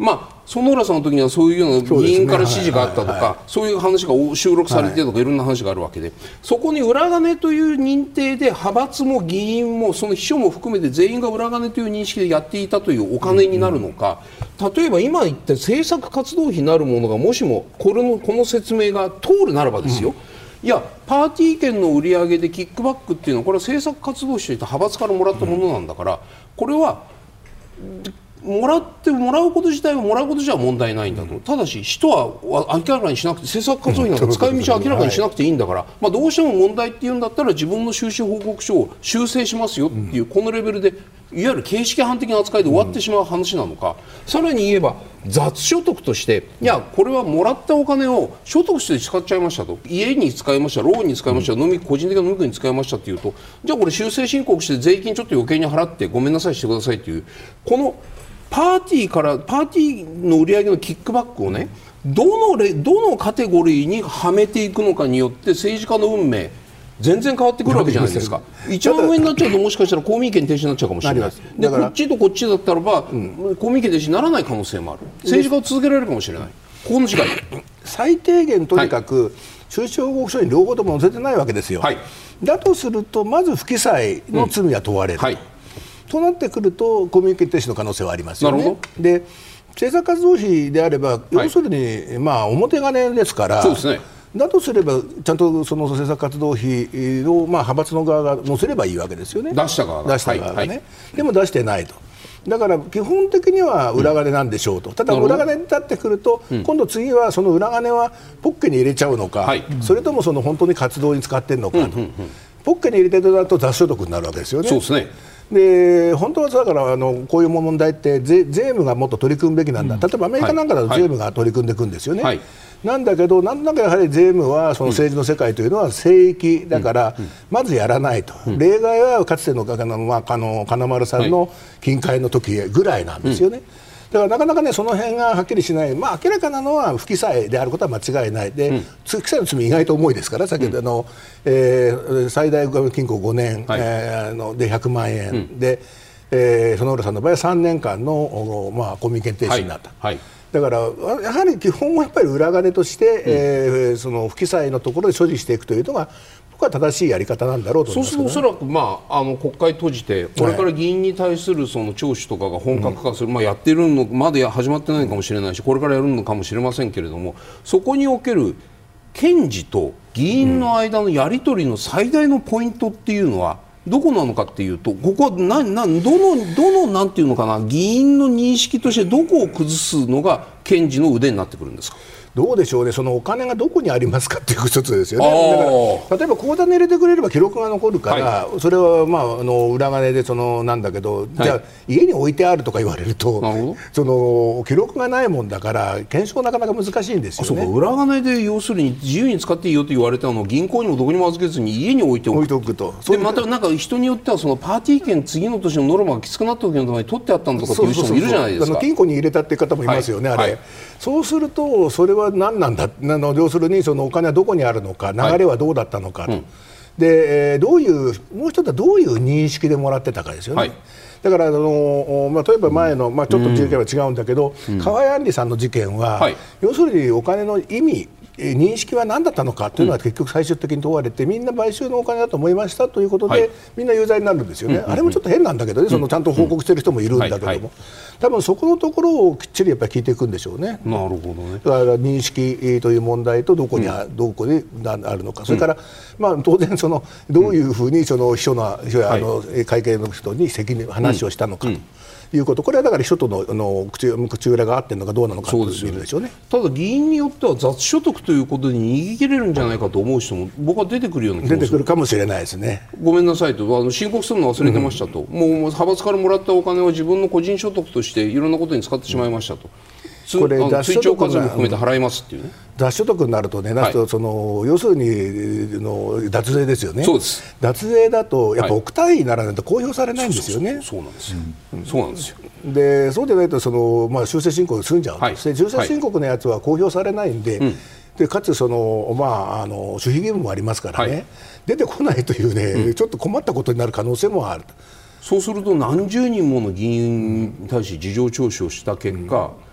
薗浦さんの時にはそういうような議員から指示があったとか、そういう話が収録されてとか、いろんな話があるわけで、そこに裏金という認定で派閥も議員もその秘書も含めて全員が裏金という認識でやっていたというお金になるのか、例えば今言った政策活動費なるものがもしもこれのこの説明が通るならばですよ、うんいやパーティー券の売り上げでキックバックっていうのはこれは政策活動費といった派閥からもらったものなんだから、これはもらってもらうこと自体はもらうことじゃ問題ないんだと、ただし人は明らかにしなくて政策活動費なんか使い道を明らかにしなくていいんだから、まあ、どうしても問題っていうんだったら自分の収支報告書を修正しますよっていうこのレベルでいわゆる形式犯的な扱いで終わってしまう話なのか、さらに言えば雑所得としていやこれはもらったお金を所得として使っちゃいましたと、家に使いました、ローンに使いました、飲み個人的な飲み食いに使いましたっていうと、じゃあこれ修正申告して税金ちょっと余計に払ってごめんなさいしてくださいっていうこのパーティーからパーティーの売り上げのキックバックをねどのレどのカテゴリーにはめていくのかによって政治家の運命全然変わってくるわけじゃないですか。一番上になっちゃうともしかしたら公民権停止になっちゃうかもしれない。でこっちとこっちだったらば、うん、公民権停止にならない可能性もある。政治家を続けられるかもしれない。ここの違い。 最低限とにかく、はい、収支報告書に両方とも載せてないわけですよ。はい、だとするとまず不記載の罪は問われる。うんはいとなってくると公民権停止の可能性はありますよね。で政策活動費であれば、はい、要するに、まあ、表金ですから、そうですね、だとすればちゃんとその政策活動費を、まあ、派閥の側が載せればいいわけですよね。 出した側が、 出した側がね、はいはい、でも出してないと。だから基本的には裏金なんでしょうと、うん、ただ裏金に立ってくると、うん、今度次はその裏金はポッケに入れちゃうのか、はい、それともその本当に活動に使っているのかと、うんうんうん、ポッケに入れてると雑所得になるわけですよね。 そうですね。 で本当はだからあのこういう問題って税、税務がもっと取り組むべきなんだ、うん、例えばアメリカなんかだと税務が取り組んでいくんですよね、はいはい、なんだけどなんだかやはり税務はその政治の世界というのは聖域だから、うん、まずやらないと、うん、例外はかつての、まあ、あの金丸さんの金塊の時ぐらいなんですよね、うんだからなかなかねその辺がはっきりしない、まあ、明らかなのは不記載であることは間違いないで、うん、不記載の罪意外と重いですから先ほどの、うんえー、最大禁錮ごねん、はいえー、のでひゃくまんえん、うん、で、えー、薗浦さんの場合はさんねんかんの、まあ、公民権停止になった、はいはい、だからやはり基本はやっぱり裏金として、うんえー、その不記載のところで所持していくというのが僕は正しいやり方なんだろうと思います、ね、 そうするとおそらく、まあ、あの国会閉じてこれから議員に対するその聴取とかが本格化する、はいまあ、やってるのまだ始まってないかもしれないしこれからやるのかもしれませんけれどもそこにおける検事と議員の間のやり取りの最大のポイントっていうのはどこなのかっていうとここはななどのどのなんていうのかな議員の認識としてどこを崩すのが検事の腕になってくるんですか。 どうでしょうね、そのお金がどこにありますかっていう一つですよね。だから例えば口座に入れてくれれば記録が残るから、はい、それは、まあ、あの裏金でそのなんだけど、はい、じゃあ家に置いてあるとか言われるとその記録がないもんだから検証なかなか難しいんですよね。 そうか裏金で要するに自由に使っていいよと言われたのを銀行にもどこにも預けずに家に置いておく置いておくとでまたなんか人によってはそのパーティー券次の年のノルマがきつくなった時のために取ってあったのとかっていう人もいるじゃないですか。 そうそうそうそうあの金庫に入れたっていう方もいますよね、はい、あれ、はい、そうするとそれは何なんだなの要するにそのお金はどこにあるのか流れはどうだったのかと、はいうんでえー、どういうもう一つはどういう認識でもらってたかですよね、はい、だからあの、まあ、例えば前の、まあ、ちょっと事件は違うんだけど、うん、河合案里さんの事件は、はい、要するにお金の意味認識は何だったのかというのは結局最終的に問われてみんな買収のお金だと思いましたということで、はい、みんな有罪になるんですよね、うんうんうん、あれもちょっと変なんだけどね、そのちゃんと報告している人もいるんだけども、はいはい、多分そこのところをきっちりやっぱり聞いていくんでしょうね。 なるほどね。 だから認識という問題とどこにあ、うん、どこであるのか、それから、まあ、当然そのどういうふうにその秘書の、あの会計の人に責任話をしたのかと。うんうんいうことこれはだから秘書と の, の 口, 口裏が合っているのかどうなのかということでしょうね。 ただ議員によっては雑所得ということに逃げ切れるんじゃないかと思う人も僕は出てくるような気がする。 出てくるかもしれないですね。 ごめんなさいとあの申告するの忘れてましたと、うん、もう派閥からもらったお金を自分の個人所得としていろんなことに使ってしまいましたと、うん、これ追徴課税も含めて払いますっていうね。 雑所得になるとね、はい、その要するにの脱税ですよね。 そうです。 脱税だとやっぱ億単位にならないと公表されないんですよね。 そうなんですよ。うん、そうなんですよ。 でそうでないとその、まあ、修正申告済んじゃうんです、はい、修正申告のやつは公表されないんで、はい、でかつその、まあ、あの守秘義務もありますからね、はい、出てこないというね、うん、ちょっと困ったことになる可能性もある。 そうすると何十人もの議員に対し事情聴取をした結果、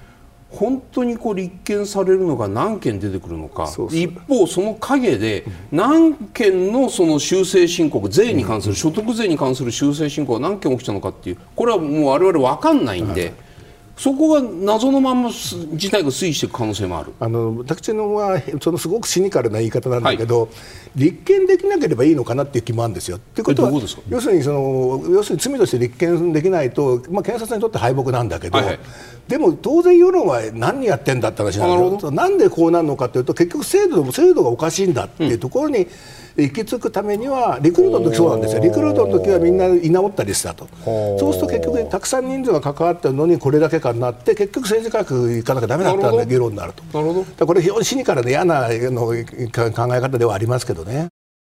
本当にこう立件されるのが何件出てくるのか、そうそう、一方、その陰で何件のその修正申告、税に関する、所得税に関する修正申告が何件起きたのかっていう、これはもう我々分かんないんで、はい、そこが謎のまま事態が推移していく可能性もある。 あの私のはそのすごくシニカルな言い方なんだけど、はい、立件できなければいいのかなっていう気もあるんですよ。ということは、要するにその要するに罪として立件できないと、まあ、検察にとって敗北なんだけど、はいはい、でも当然世論は何やってんだって話なんですよ。なんでこうなるのかというと、結局制度制度がおかしいんだっていうところに行き着くためには、リクルートの時そうなんですよ。リクルートの時はみんな居直ったりしたと。そうすると結局たくさん人数が関わってるのにこれだけかになって、結局政治改革行かなきゃダメだったんで議論になると。なるほど。これ非常にシニカルで嫌なの考え方ではありますけどね。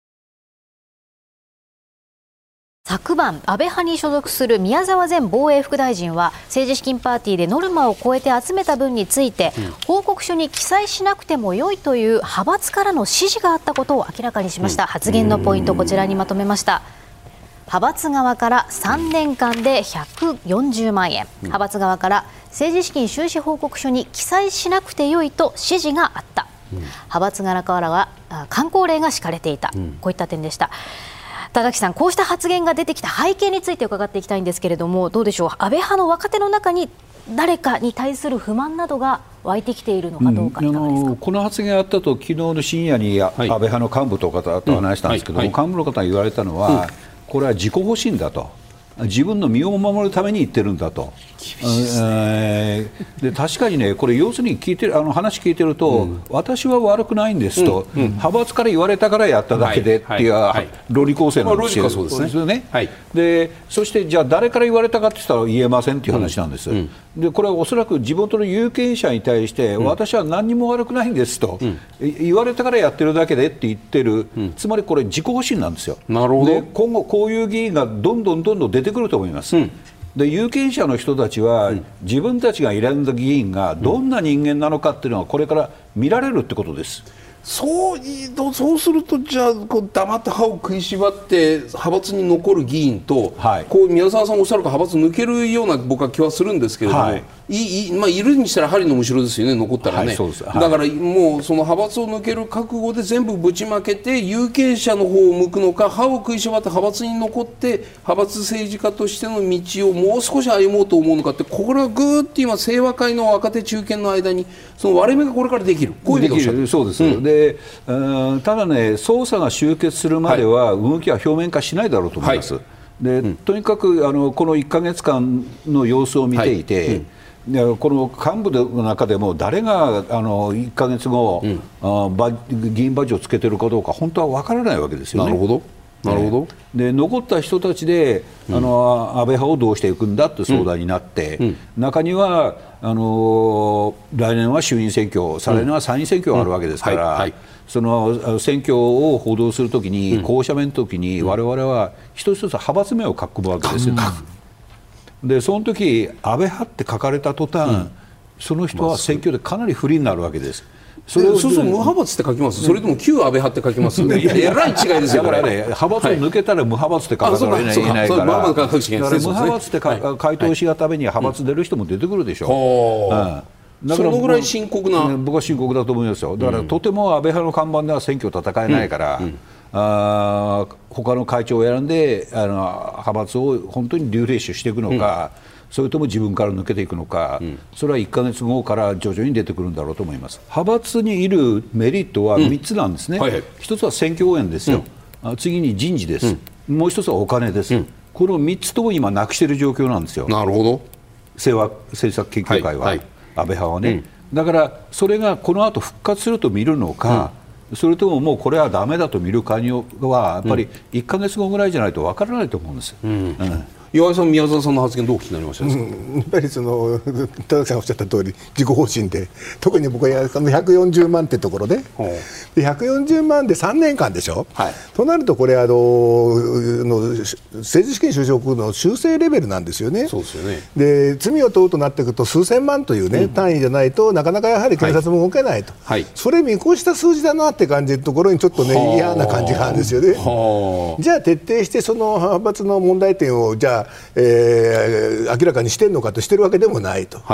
昨晩、安倍派に所属する宮沢前防衛副大臣は、政治資金パーティーでノルマを超えて集めた分について、うん、報告書に記載しなくても良いという派閥からの指示があったことを明らかにしました。うん、発言のポイント、こちらにまとめました。派閥側からさんねんかんでひゃくよんじゅうまんえん、うん、派閥側から政治資金収支報告書に記載しなくて良いと指示があった。うん、派閥側からは慣行令が敷かれていた、うん、こういった点でした。田崎さん、こうした発言が出てきた背景について伺っていきたいんですけれども、どうでしょう、安倍派の若手の中に誰かに対する不満などが湧いてきているのかどうか、いかがですか。 うん、この発言があったと、昨日の深夜に安倍派の幹部とかと話したんですけども、幹部の方が言われたのは、うん、これは自己保身だと。自分の身を守るために言ってるんだと。えー、で確かにね、これ要するに聞いてるあの話聞いてると、うん、私は悪くないんですと、うんうん、派閥から言われたからやっただけでっていう、はいはい、論理構成なんですよ。そうですよね。はい、でそしてじゃあ誰から言われたかって言ったら言えませんっていう話なんです。うんうん、でこれはおそらく地元の有権者に対して、うん、私は何にも悪くないんですと、うん、言われたからやってるだけでって言ってる、うん、つまりこれ自己保身なんですよ。なるほど。で今後こういう議員がどんどんどんどん出てくると思います。うん、で有権者の人たちは、うん、自分たちが選んだ議員がどんな人間なのかっていうのはこれから見られるってことです。 そうそうすると、じゃあこう黙って歯を食いしばって派閥に残る議員と、はい、こう宮沢さんおっしゃるか派閥抜けるような僕は気はするんですけれども、はい、いいまあ、いるにしたら針のむしろですよね、残ったらね。はい、そうです。はい、だからもうその派閥を抜ける覚悟で全部ぶちまけて有権者の方を向くのか、歯を食いしばって派閥に残って派閥政治家としての道をもう少し歩もうと思うのかって、これはぐーっと今清和会の若手中堅の間にその割れ目がこれからできる、こういうことをおっしゃってる。 そうです。うん、でうんただね、捜査が終結するまでは動きは表面化しないだろうと思います。はい、でうん、とにかくあのこのいっかげつかんの様子を見ていて、はいうん、でこの幹部の中でも誰があのいっかげつご、うん、あ議員バッジをつけているかどうか本当は分からないわけですよね。 なるほどなるほど。 で残った人たちで、うん、あの安倍派をどうしていくんだという相談になって、うんうん、中にはあの来年は衆院選挙、再来年は参院選挙があるわけですから、はいはい、その選挙を報道するときに、候補者名のときに、我々は一つ一つ派閥名を書くわけですよ。でその時安倍派って書かれた途端、その人は選挙でかなり不利になるわけです。 それをそうそう無派閥って書きます、うん、それとも旧安倍派って書きます、ね、いやえらい違いですよ。 だからね、派閥を抜けたら無派閥って書かざるを得ないから、無派閥って回答しがために派閥出る人も出てくるでしょ。うん、 だからそのぐらい深刻な、 僕は深刻だと思いますよ。だから、うん、とても安倍派の看板では選挙を戦えないから、うんうん、あ他の会長を選んであの派閥を本当にリューレーシュしていくのか、うん、それとも自分から抜けていくのか、うん、それはいっかげつごから徐々に出てくるんだろうと思います。派閥にいるメリットはみっつなんですね。うんはいはい、一つは選挙応援ですよ。うん、次に人事です。うん、もう一つはお金です。うん、このみっつとも今なくしている状況なんですよ。 なるほど。 清和政策研究会は、はいはい、安倍派はね、うん、だからそれがこの後復活すると見るのか、うん、それとももうこれはダメだと見るかにはやっぱりいっかげつごぐらいじゃないと分からないと思うんです。うんうん岩井さん、宮沢さんの発言どうお聞きになりましたですか。 うん、やっぱりその田崎さんおっしゃった通り自己方針で、特に僕はそのひゃくよんじゅうまんってところで、でひゃくよんじゅうまんでさんねんかんでしょ、はい、となるとこれあのの政治資金収支報告の修正レベルなんですよね。 そうですよね。 で罪を問うとなっていくと数千万という、ねうん、単位じゃないとなかなかやはり検察も動けないと、はい、それ見越した数字だなって感じるところにちょっとね嫌な感じがあるんですよね。じゃあ徹底してその派閥の問題点をじゃあえー、明らかにしてるのかとしてるわけでもないと、はい、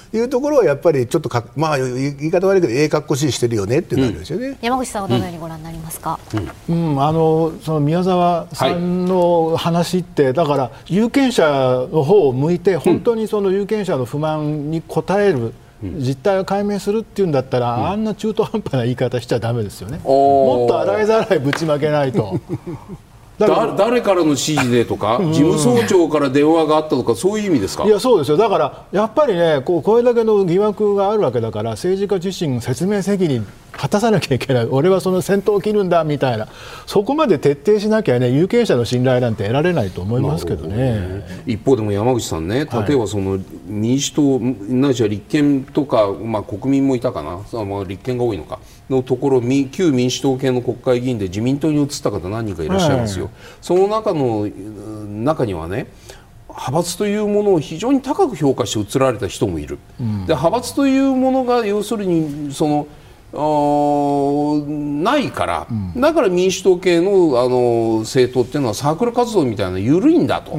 いうところはやっぱりちょっとか、まあ、言い方悪いけどええ格好しいしてるよねっていうのがあるんですよね、うん、 山口さんはどのようにご覧になりますか。 うんうん、あのその宮沢さんの話って、はい、だから有権者の方を向いて本当にその有権者の不満に応える、うん、実態を解明するっていうんだったら、うん、あんな中途半端な言い方しちゃだめですよね。もっと洗いざらいぶちまけないとだ誰からの指示でとか、うん、事務総長から電話があったとか、そういう意味ですか。 いや、そうですよ。だからやっぱりね、こうこれだけの疑惑があるわけだから、政治家自身説明責任果たさなきゃいけない、俺はその先頭を切るんだみたいな、そこまで徹底しなきゃね、有権者の信頼なんて得られないと思いますけどね。ね、 一方でも山口さんね、例えばその民主党ないしは立憲とか、まあ、国民もいたかな、まあ、立憲が多いのかのところ、旧民主党系の国会議員で自民党に移った方何人かいらっしゃいますよ、はい、その中の中にはね、派閥というものを非常に高く評価して移られた人もいる、うん、で派閥というものが要するにそのないから、うん、だから民主党系 の, あの政党っていうのはサークル活動みたいな緩いんだと、うん、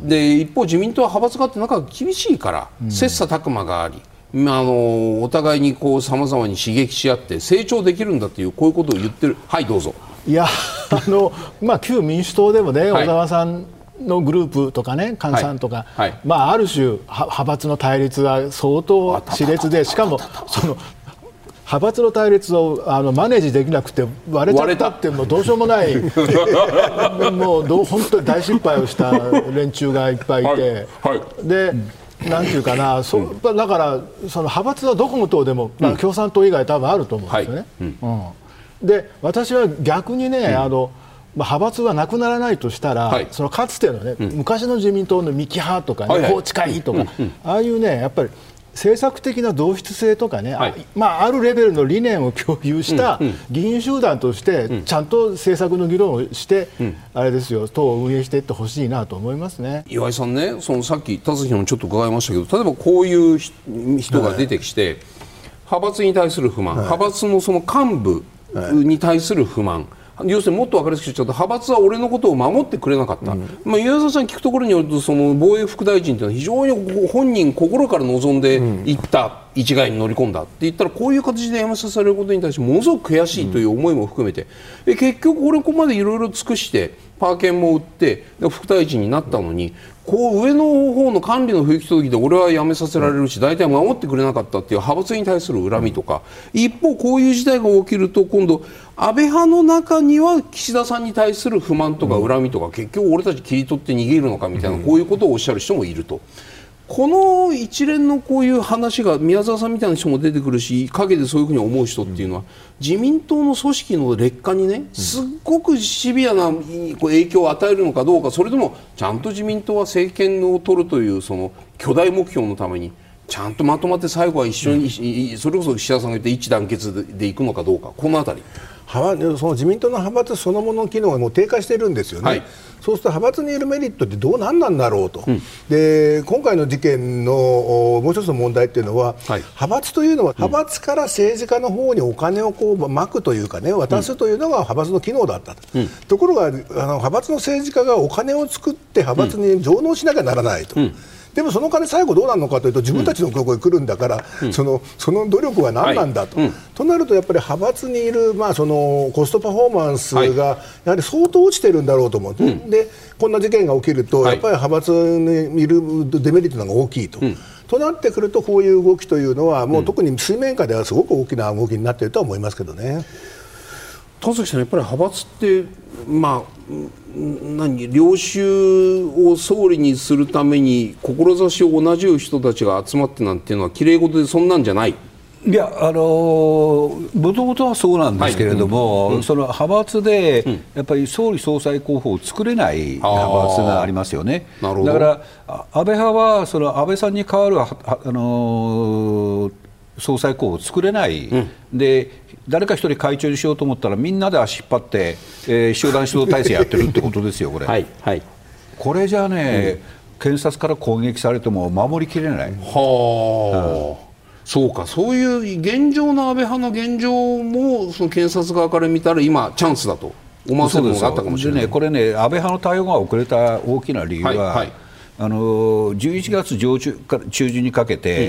で一方自民党は派閥があって中が厳しいから、うん、切磋琢磨があり、まあ、あのお互いにこう様々に刺激し合って成長できるんだという、こういうことを言ってる。はい、どうぞ。 いや、あの、まあ、旧民主党でもね、はい、小沢さんのグループとかね、菅さんとか、はいはい、まあ、ある種派閥の対立は相当熾烈で、しかもその派閥の対立をあのマネージできなくて割れちゃったってもうどうしようもないもうどう本当に大失敗をした連中がいっぱいいて、はいはい、で、なんていうかな、そだからその派閥はどこの党でも、まあ、共産党以外多分あると思うんですよね、はい、うんうん、で私は逆にね、うん、あのまあ、派閥はなくならないとしたら、はい、そのかつてのね、うん、昔の自民党の三木派とか、ね、はいはい、宏池会とか、うんうん、ああいうね、やっぱり政策的な同質性とかね、はい、あ, まあ、あるレベルの理念を共有した議員集団としてちゃんと政策の議論をして、うん、あれですよ、党を運営していってほしいなと思いますね。 岩井さんね、そのさっき田崎さんもちょっと伺いましたけど、例えばこういう人が出てきて、はい、派閥に対する不満、はい、派閥のその幹部に対する不満、はい、要するにもっと分かりやすく言っちゃうと、派閥は俺のことを守ってくれなかった、うん、まあ、岩沢さん聞くところによると、その防衛副大臣というのは非常に本人心から望んでいった、うん、一概に乗り込んだって言ったら、こういう形で辞めさせられることに対してものすごく悔しいという思いも含めて、うん、で結局これここまでいろいろ尽くしてパー券も売って副大臣になったのに、こう上の方の管理の不行き届きで俺は辞めさせられるし、大体守ってくれなかったっていう派閥に対する恨みとか、一方こういう事態が起きると、今度安倍派の中には岸田さんに対する不満とか恨みとか、結局俺たち切り取って逃げるのかみたいな、こういうことをおっしゃる人もいると。この一連のこういう話が、宮沢さんみたいな人も出てくるし、陰でそういうふうに思う人っていうのは、自民党の組織の劣化にね、すっごくシビアな影響を与えるのかどうか、それともちゃんと自民党は政権を取るというその巨大目標のためにちゃんとまとまって最後は一緒に、それこそ岸田さんが言って一致団結でいくのかどうか、このあたり。 その自民党の派閥そのものの機能がもう低下しているんですよね、はい、そうすると派閥にいるメリットってどうなんなんだろうと、うん、で今回の事件のもう一つの問題っていうのは、はい、派閥というのは派閥から政治家の方にお金をこうまくというかね、渡すというのが派閥の機能だったと、うん、ところがあの派閥の政治家がお金を作って派閥に上納しなきゃならないと、うん、でもその金最後どうなるのかというと、自分たちのところに来るんだから、うん、そのその努力は何なんだと、はい、うん、となるとやっぱり派閥にいる、まあ、そのコストパフォーマンスがやはり相当落ちてるんだろうと思う、うん、でこんな事件が起きると、やっぱり派閥にいるデメリットが大きいと、うん、となってくると、こういう動きというのはもう特に水面下ではすごく大きな動きになっているとは思いますけどね。 田崎さん、やっぱり派閥って、まあ、何領袖を総理にするために志を同じ人たちが集まってなんていうのはきれい事でそんなんじゃない。 いや、あのもともとはそうなんですけれども、はい、うん、その派閥でやっぱり総理総裁候補を作れない派閥がありますよね。だから安倍派はその安倍さんに代わる、あのー、総裁候補を作れない、うん、で誰か一人会長にしようと思ったらみんなで足引っ張って、えー、集団指導体制やってるってことですよ、これ。はいはい、これじゃね、うん、検察から攻撃されても守りきれない。 はあ、うん、そうか、そういう現状の安倍派の現状もその検察側から見たら今チャンスだと思わせるものがあったかもしれない。 でね、これね、安倍派の対応が遅れた大きな理由は、はいはい、あのじゅういちがつ上旬から中旬にかけて、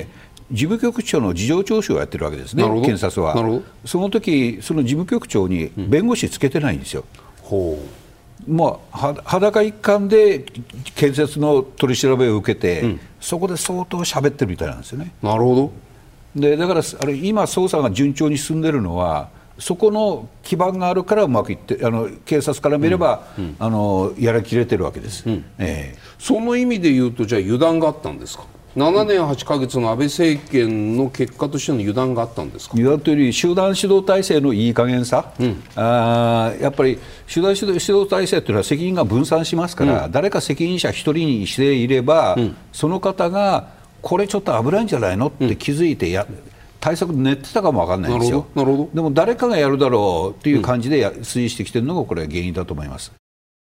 事務局長の事情聴取をやってるわけですね、検察は。その時その事務局長に弁護士つけてないんですよ。うん、ほう、まあ、裸一貫で検察の取り調べを受けて、うん、そこで相当喋ってるみたいなんですよね。 なるほど。 でだからあれ今捜査が順調に進んでるのはそこの基盤があるからうまくいってあの警察から見れば、うんうん、あのやりきれてるわけです、うんえー、 その意味で言うとじゃあ油断があったんですか。ななねんはちかげつの安倍政権の結果としての油断があったんですか。 油断というより集団指導体制のいい加減さ、うん、あやっぱり集団指導、指導体制というのは責任が分散しますから、うん、誰か責任者一人にしていれば、うん、その方がこれちょっと危ないんじゃないのって気づいてや、うん対策練ってたかも分かんないんですよ。なるほど。でも誰かがやるだろうという感じで推移してきているのがこれは原因だと思います。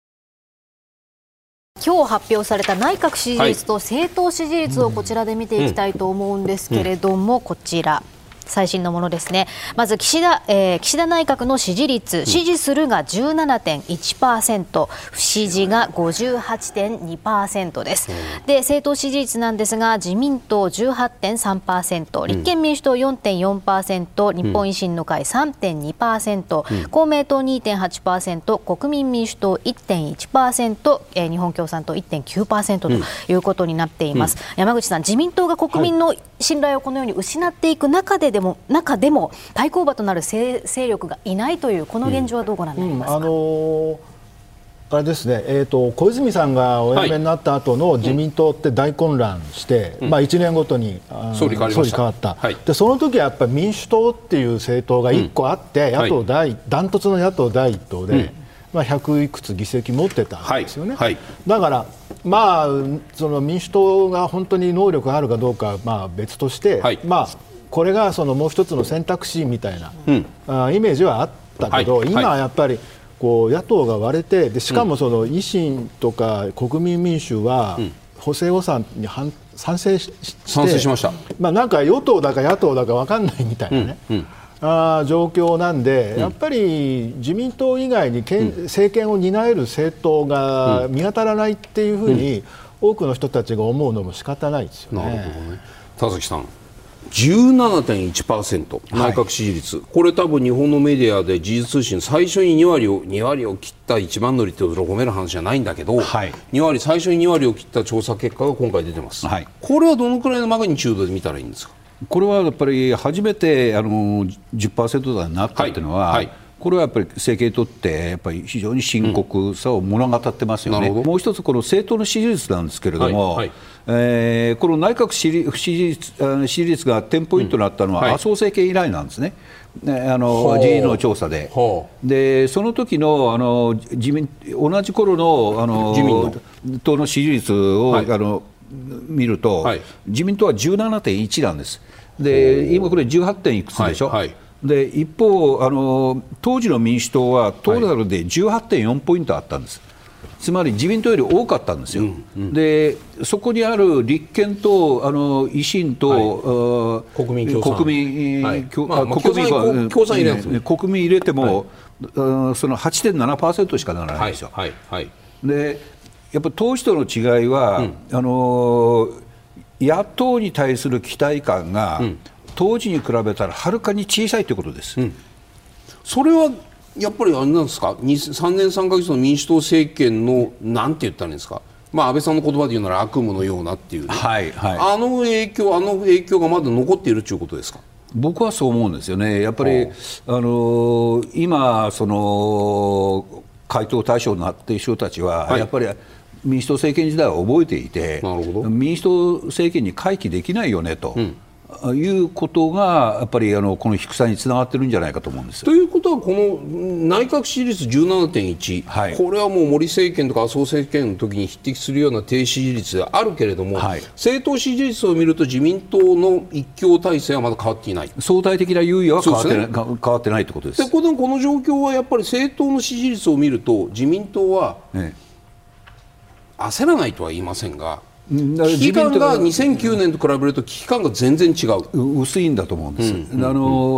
今日発表された内閣支持率と政党支持率をこちらで見ていきたいと思うんですけれども、こちら最新のものですね。まず岸田、えー、岸田内閣の支持率、支持するが じゅうななてんいちパーセント、不支持が ごじゅうはちてんにパーセント です。で政党支持率なんですが、自民党 じゅうはちてんさんパーセント、立憲民主党 よんてんよんパーセント、日本維新の会 さんてんにパーセント、公明党 にてんはちパーセント、国民民主党 いってんいちパーセント、えー、日本共産党 いってんきゅうパーセント ということになっています、うん、山口さん、自民党が国民の信頼をこのように失っていく中ででも、中でも対抗馬となる勢力がいないというこの現状はどうご覧になりますか。うんうん、あのーあれですね、えーと、小泉さんがお辞めになった後の自民党って大混乱して、うんまあ、いちねんごとに総理変わりました。 変わった、はい、でその時はやっぱり民主党っていう政党がいっこあって、うん、野党第、はい、ダントツの野党第一党で、うんまあ、ひゃくいくつ議席持ってたんですよね、はいはい、だから、まあ、その民主党が本当に能力があるかどうかはまあ別として、はいまあ、これがそのもう一つの選択肢みたいな、うん、あイメージはあったけど、はい、今はやっぱりこう野党が割れて、でしかもその維新とか国民民主は補正予算に反賛成し、 賛成しました。 まあ、なんか与党だか野党だか分かんないみたいなね、うんうん、あ状況なんで、やっぱり自民党以外に県、うん、政権を担える政党が見当たらないっていうふうに多くの人たちが思うのも仕方ないですよね。 なるほどね。田崎さん、じゅうななてんいちパーセント 内閣支持率、はい、これ多分日本のメディアで時事通信最初にに割をに割を切った一番乗りって褒める話じゃないんだけど、はい、に割最初にに割を切った調査結果が今回出てます、はい、これはどのくらいのマグニチュードで見たらいいんですか。 これはやっぱり初めてあの じゅっパーセント 台になったというのは、はいはい、これはやっぱり政権にとってやっぱり非常に深刻さを物語ってますよね、うん、もう一つこの政党の支持率なんですけれども、はいはいえー、この内閣支持率、支持率が点ポイントになったのは、うんはい、麻生政権以来なんですね、あの時事の調査で、でその時のあの自民同じ頃のあの自民党の支持率を、はい、あの見ると、はい、自民党は じゅうななてんいち なんです。で今これ じゅうはち. 点いくつでしょ、はいはい、で一方あの当時の民主党はトータルで じゅうはちてんよん ポイントあったんです。つまり自民党より多かったんですよ、うんうん、でそこにある立憲とあの維新と、 はい、国民共産国民、はいまあ、国民共産入れますね、 国民入れても、はい、その はちてんななパーセント しかならないんですよ、はいはいはい、でやっぱり党首との違いは、うん、あの野党に対する期待感が、うん、当時に比べたらはるかに小さいということです、うん、 それはやっぱりあれなんですか、さんねんさんかげつの民主党政権のなんて言ったらいいんですか、まあ、安倍さんの言葉で言うなら悪夢のようなっていう、ねはいはい、あの影響あの影響がまだ残っているということですか。 僕はそう思うんですよね。やっぱりあの今その回答対象になっている人たちは、はい、やっぱり民主党政権時代は覚えていて、なるほど民主党政権に回帰できないよねと、うんいうことがやっぱりあのこの低さにつながってるんじゃないかと思うんです。 ということはこの内閣支持率 じゅうななてんいち、はい、これはもう森政権とか麻生政権の時に匹敵するような低支持率があるけれども、はい、政党支持率を見ると自民党の一強体制はまだ変わっていない、 相対的な優位は変わってない、ね、変わってないということです。 でこの、この状況はやっぱり政党の支持率を見ると自民党は、ね、焦らないとは言いませんが危機感がにせんきゅうねんと比べると危機感が全然違う、 薄いんだと思うんです、うんうんうん、あの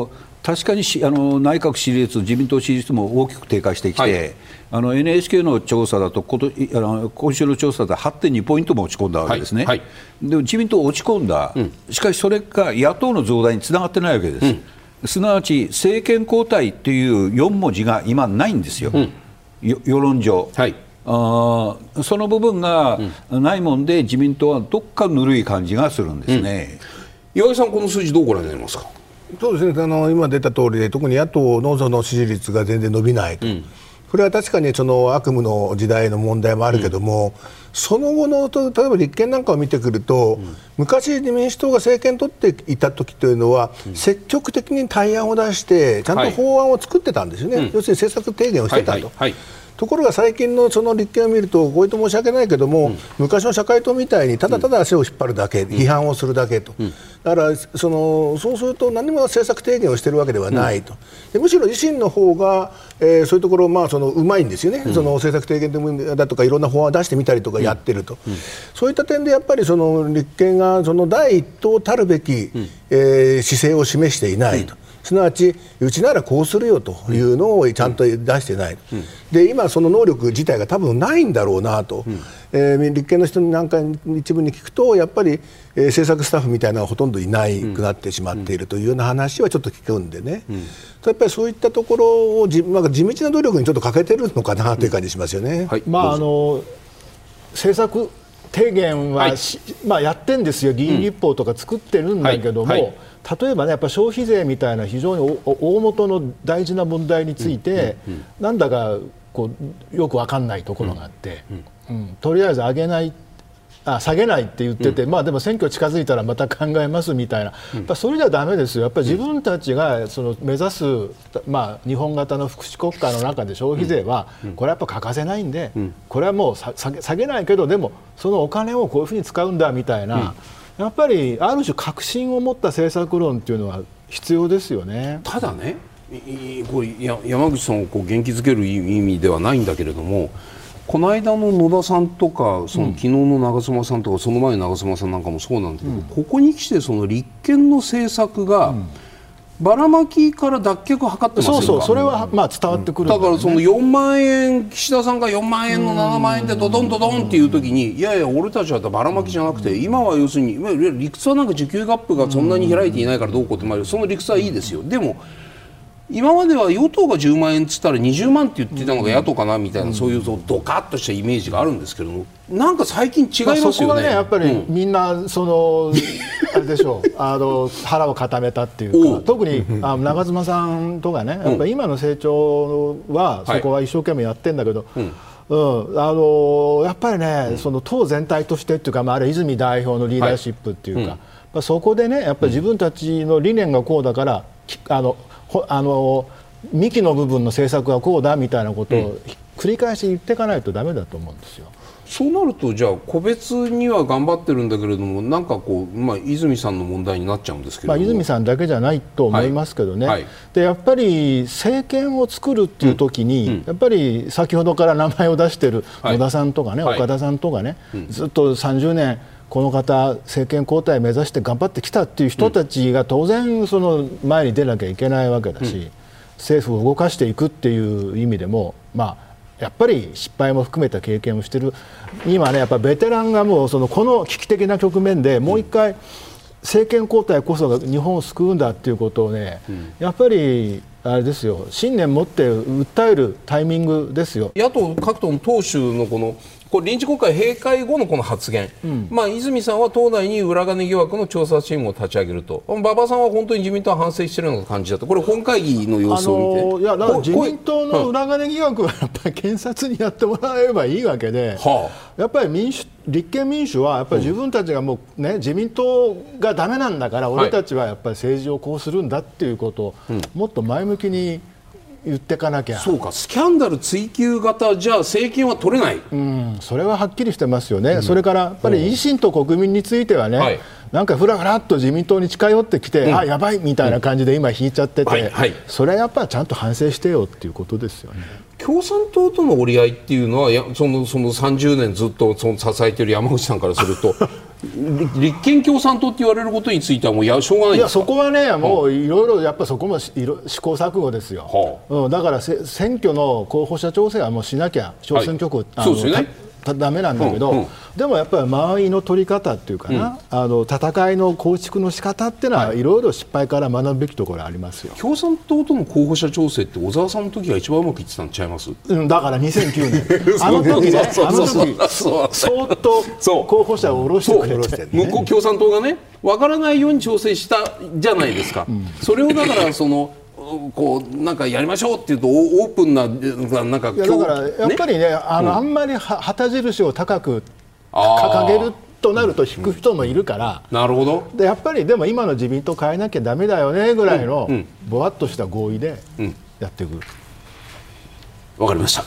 確かにしあの内閣支持率、自民党支持率も大きく低下してきて、はい、あの エヌエイチケー の調査だとことあの今週の調査で はってんに ポイントも落ち込んだわけですね、はいはい、でも自民党落ち込んだ、うん、しかしそれが野党の増大につながってないわけです、うん、すなわち政権交代というよん文字が今ないんですよ、うん、よ世論上、はい、あその部分がないもんで、自民党はどっかぬるい感じがするんですね、 うん、岩井さん、この数字どうご覧になりますか。 そうですね、あの今出た通りで、特に野党 の, その支持率が全然伸びないと、うん、これは確かにその悪夢の時代の問題もあるけども、うん、その後の例えば立憲なんかを見てくると、うん、昔、民主党が政権取っていた時というのは、うん、積極的に対案を出してちゃんと法案を作ってたんですよね、はい、要するに政策提言をしてたと。はいはいはい、ところが最近のその立憲を見ると、こういうと申し訳ないけども、うん、昔の社会党みたいにただただ足を引っ張るだけ、うん、批判をするだけと、うん、だからそのそうすると何も政策提言をしているわけではないと、でむしろ維新の方が、えー、そういうところ、まあ、そのうまいんですよね、うん、その政策提言だとかいろんな法案を出してみたりとかやってると、うんうん、そういった点でやっぱりその立憲がその第一党たるべき、うん、えー、姿勢を示していないと。うん、すなわち、うちならこうするよというのをちゃんと出してない、うん、で今、その能力自体が多分ないんだろうなと、うん、えー、立憲の人なんか一部に聞くと、やっぱり、えー、政策スタッフみたいなのがほとんどいないくなってしまっているというような話はちょっと聞くんでね、うん、やっぱりそういったところをじ、まあ、地道な努力にちょっと欠けてるのかなという感じしますよね。 はい、まあ、あの政策提言は、はい、まあ、やってんですよ、議員立法とか作ってるんだけども、はいはい、例えばね、やっぱ消費税みたいな非常に大元の大事な問題について、うんうんうん、なんだかこうよく分かんないところがあって、うんうん、とりあえず上げないあ下げないって言ってて、うん、まあでも選挙近づいたらまた考えますみたいな、うん、やっぱそれじゃだめですよ。やっぱり自分たちがその目指す、まあ、日本型の福祉国家の中で消費税はこれはやっぱ欠かせないんで、うん、これはもう下げ、下げないけど、でもそのお金をこういうふうに使うんだみたいな、うん、やっぱりある種確信を持った政策論っていうのは必要ですよね。 ただね、これ山口さんをこう元気づける意味ではないんだけれども、この間の野田さんとか、その昨日の長妻さんとか、その前の長妻さんなんかもそうなんだけど、うん、ここに来てその立憲の政策が、うん、ばらまきから脱却を図ってますよ。 そうそう、それはまあ伝わってくるんだ、ね、 だからそのよんまんえん、岸田さんがよんまんえんのななまんえんでドドンドドンっていう時に、いやいや俺たちはばらまきじゃなくて、今は要するに理屈はなんか需給ガップがそんなに開いていないからどうこうって、その理屈はいいですよ。でも今までは与党がじゅうまんえんっつったらにじゅうまんって言ってたのが野党かなみたいな、うん、そういうドカッとしたイメージがあるんですけども、なんか最近違いますよね。 そこはね、やっぱりみんなその、うん、あれでしょうあの腹を固めたっていうか、特にあ長妻さんとかね、やっぱり今の成長はそこは一生懸命やってるんだけど、はい、うん、あのやっぱりね、うん、その党全体としてっていうか、まあ、あれ泉代表のリーダーシップっていうか、はい、うん、そこでね、やっぱり自分たちの理念がこうだから、あのあの幹の部分の政策はこうだみたいなことを繰り返し言っていかないとダメだと思うんですよ。 そうなると、じゃあ個別には頑張ってるんだけれども、なんかこう、まあ、泉さんの問題になっちゃうんですけど、 まあ、泉さんだけじゃないと思いますけどね、はいはい、でやっぱり政権を作るっていう時に、うんうん、やっぱり先ほどから名前を出している野田さんとかね、はい、岡田さんとかね、はい、ずっとさんじゅうねんこの方政権交代を目指して頑張ってきたっていう人たちが当然その前に出なきゃいけないわけだし、うん、政府を動かしていくっていう意味でも、まあ、やっぱり失敗も含めた経験をしている今ね、やっぱベテランがもうそのこの危機的な局面でもう一回政権交代こそが日本を救うんだっていうことをね、うん、やっぱりあれですよ、信念持って訴えるタイミングですよ。 野党各党の党首のこのこれ臨時国会閉会後のこの発言、うん、まあ、泉さんは党内に裏金疑惑の調査チームを立ち上げると、馬場さんは本当に自民党は反省しているような感じだと、これ本会議の様子を見て、あのー、いやだから自民党の裏金疑惑はやっぱり検察にやってもらえばいいわけで、はあ、やっぱり民主立憲民主はやっぱり自分たちがもう、ね、自民党がダメなんだから、俺たちはやっぱり政治をこうするんだっていうことを、はい、もっと前向きに言ってかなきゃ。 そうか、スキャンダル追及型じゃ政権は取れない、 うん、それははっきりしてますよね、うん、それからやっぱり維新と国民についてはね、はい、なんかふらふらっと自民党に近寄ってきて、うん、あやばいみたいな感じで今引いちゃってて、はいはい、それはやっぱりちゃんと反省してよっていうことですよね。 共産党との折り合いっていうのはやそのそのさんじゅうねんずっとその支えている山口さんからすると立憲共産党って言われることについてはもうやしょうがないんですか。 いやそこはねもういろいろやっぱそこも試行錯誤ですよ、はあうん、だから選挙の候補者調整はもうしなきゃ小選挙区、はい、あのそうですよねダメなんだけど、うんうん、でもやっぱり間合いの取り方っていうかな、うん、あの戦いの構築の仕方っていうのはいろいろ失敗から学ぶべきところありますよ。 共産党との候補者調整って小沢さんの時が一番うまくいってたんちゃいます？ うん、だからにせんきゅうねんあの時ねあの時そーっと候補者を下ろしてくれて、 ね、向こう共産党がね分からないように調整したじゃないですか、うん、それをだからそのこうなんかやりましょうっていうとオープンななんかいやだからやっぱりねあの、うん、あんまり旗印を高く掲げるとなると引く人もいるから、 うん、なるほどでやっぱりでも今の自民党変えなきゃダメだよねぐらいのぼわっとした合意でやっていく、うんうん、わかりました。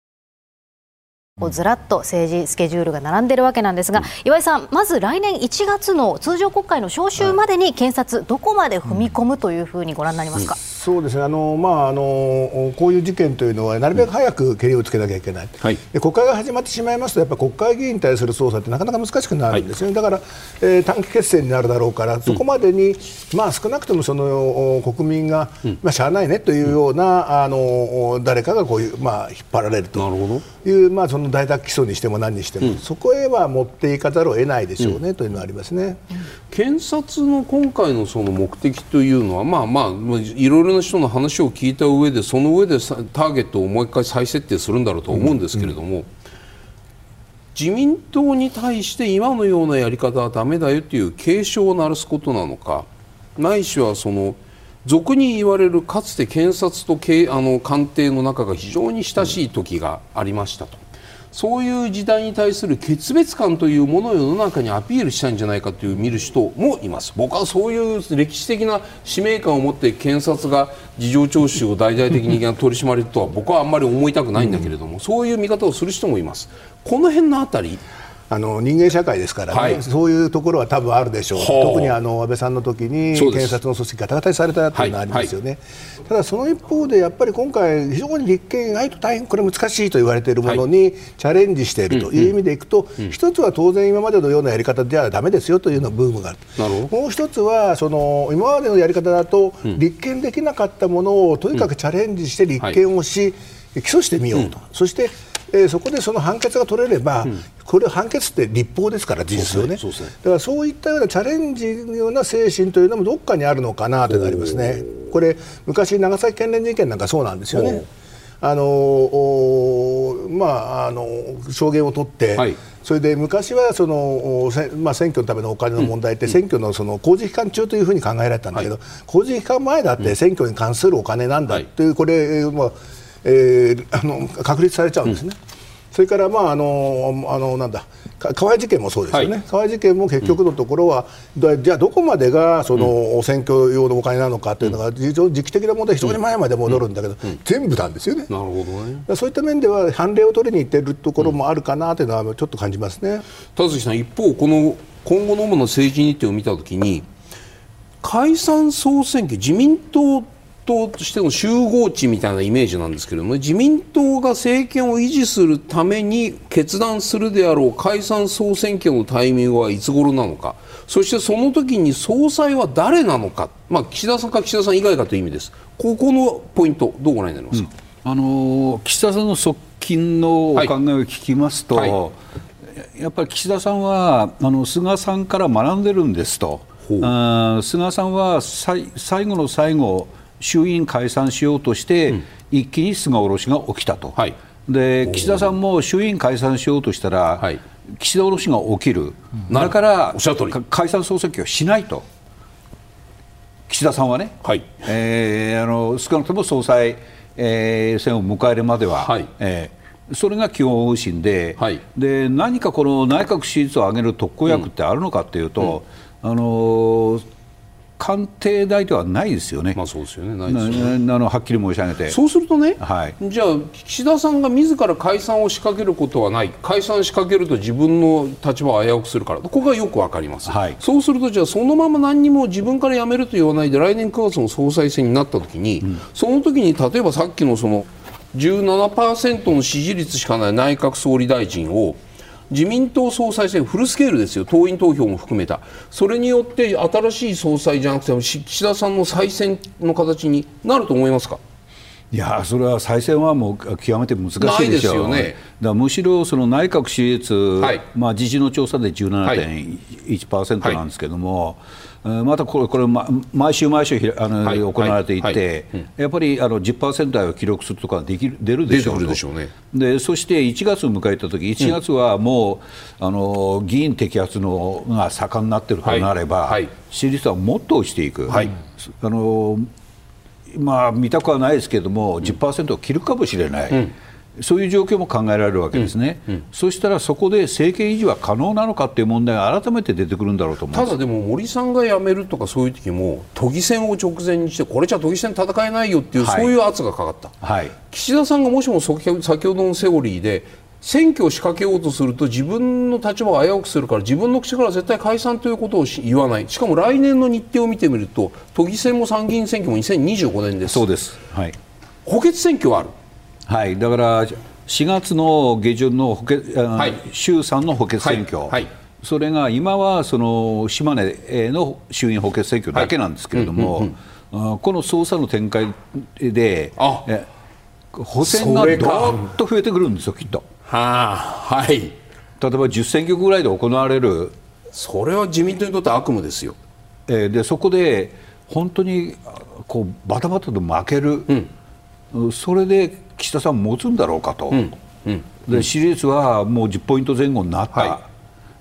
ずらっと政治スケジュールが並んでいるわけなんですが、うん、岩井さん、まず来年いちがつの通常国会の召集までに検察どこまで踏み込むというふうにご覧になりますか。うんうん、 そうですね、あの、まあ、あのこういう事件というのはなるべく早くけりをつけなきゃいけない、はい、で国会が始まってしまいますとやっぱ国会議員に対する捜査ってなかなか難しくなるんですよね、はい、だから、えー、短期決戦になるだろうからそこまでに、うんまあ、少なくともその国民が、うんまあ、しゃあないねというような、うん、あの誰かがこういう、まあ、引っ張られるという、まあ、その大宅起訴にしても何にしても、うん、そこへは持っていかざるを得ないでしょうね、うん、というのはありますね。 検察の今回のその目的というのは、まあまあ、いろいろな人の話を聞いた上でその上でターゲットをもう一回再設定するんだろうと思うんですけれども、うんうん、自民党に対して今のようなやり方はダメだよという警鐘を鳴らすことなのか、ないしはその俗に言われるかつて検察とあの官邸の中が非常に親しい時がありましたと、そういう時代に対する決別感というものを世の中にアピールしたんじゃないかという見る人もいます。僕はそういう歴史的な使命感を持って検察が事情聴取を大々的に取り締まるとは僕はあんまり思いたくないんだけれども、そういう見方をする人もいます。この辺のあたりあの人間社会ですからね、はい、そういうところは多分あるでしょう。特にあの安倍さんの時に検察の組織がガタガタにされたというのがありますよね、はいはい、ただその一方でやっぱり今回非常に立憲意外と大変これ難しいと言われているものにチャレンジしているという意味でいくと、うんうん、一つは当然今までのようなやり方ではダメですよというのブームがある。なるほど。もう一つはその今までのやり方だと立憲できなかったものをとにかくチャレンジして立憲をし、うん、起訴してみようと、うん、そしてえー、そこでその判決が取れれば、うん、これ判決って立法ですから事実をね、だからそういったようなチャレンジのような精神というのもどっかにあるのかなというのがありますね。これ昔長崎県連事件なんかそうなんですよね。あのまあ、あの証言を取って、はい、それで昔はその、まあ、選挙のためのお金の問題って、うん、選挙のその公示期間中というふうに考えられたんだけど、はい、公示期間前だって選挙に関するお金なんだという、はい、これ、まあえー、あの確立されちゃうんですね、うん、それから、まあ、あのあのなんだ河井事件もそうですよね、はい、河井事件も結局のところは、うん、じゃあどこまでがその、うん、選挙用のお金なのかというのが、うん、時期的な問題は非常に前まで戻るんだけど、うんうん、全部なんですよね。 なるほどね。 そういった面では判例を取りに行っているところもあるかなというのはちょっと感じますね。 田崎さん、一方この今後の主な政治日程を見たときに解散総選挙、自民党党としての集合値みたいなイメージなんですけれども、自民党が政権を維持するために決断するであろう解散総選挙のタイミングはいつ頃なのか、そしてその時に総裁は誰なのか、まあ、岸田さんか岸田さん以外かという意味です。ここのポイントどうご覧になりますか。 うん、あの岸田さんの側近のお考えを聞きますと、はいはい、やっぱり岸田さんはあの菅さんから学んでるんですと。あ菅さんは最後の最後衆院解散しようとして、うん、一気に菅下ろしが起きたと、はい、で岸田さんも衆院解散しようとしたら、はい、岸田下ろしが起きる、うん、だから解散総選挙をしないと岸田さんはね、はいえー、あの少なくとも総裁、えー、選を迎えるまでは、はいえー、それが基本方針 で,、はい、で何かこの内閣支持率を上げる特効薬ってあるのかというと、うんうん、あのー官邸大ではないですよね。 まあそうですよね。ないですよね。 あのはっきり申し上げて。 そうするとね、 はい、 じゃあ岸田さんが自ら解散を仕掛けることはない。解散仕掛けると自分の立場を危うくするから。ここがよくわかります。はい、そうするとじゃあそのまま何にも自分から辞めると言わないで来年くがつの総裁選になったときに、うん、その時に例えばさっきのその じゅうななパーセント の支持率しかない内閣総理大臣を自民党総裁選フルスケールですよ、党員投票も含めた。それによって新しい総裁じゃなくて岸田さんの再選の形になると思いますか？ いやそれは再選はもう極めて難しいでしょう。 ないですよね。 だからむしろその内閣支持率、はい、まあ、時事の調査で じゅうななてんいちパーセント なんですけども、はい、またこれ、これ毎週毎週あの、はい、行われていて、はいはい、やっぱりあの じゅっパーセント 台を記録するとかできる出るでしょう。 出てくるでしょうね。 でそしていちがつを迎えたとき、いちがつはもう、うん、あの議員摘発のが盛んになっているとなれば、はいはい、支持率はもっと落ちていく。はい、あのまあ、見たくはないですけれども、うん、じゅっパーセント を切るかもしれない、うん、そういう状況も考えられるわけですね、うんうん、そしたらそこで政権維持は可能なのかという問題が改めて出てくるんだろうと思います。 ただでも森さんが辞めるとかそういう時も都議選を直前にしてこれじゃ都議選戦えないよっていう、はい、そういう圧がかかった、はい、岸田さんがもしも先ほどのセオリーで選挙を仕掛けようとすると自分の立場を危うくするから自分の口から絶対解散ということを言わない。しかも来年の日程を見てみると都議選も参議院選挙もにせんにじゅうごねんです。 そうです、はい、 補欠選挙はある、 はい、だからしがつの下旬の補欠、はい、衆参の補欠選挙、はいはい、それが今はその島根の衆院補欠選挙だけなんですけれども、はい、うんうん、この捜査の展開でえ補選がどーっと増えてくるんですよ、きっと。 はあ、はい、例えばじゅっせんきょくぐらいで行われる。 それは自民党にとって悪夢ですよ。 えー、でそこで本当にこうバタバタと負ける、うん、それで岸田さん持つんだろうかと、うんうん、で支持率はもうじゅっポイントぜん後になった、はい、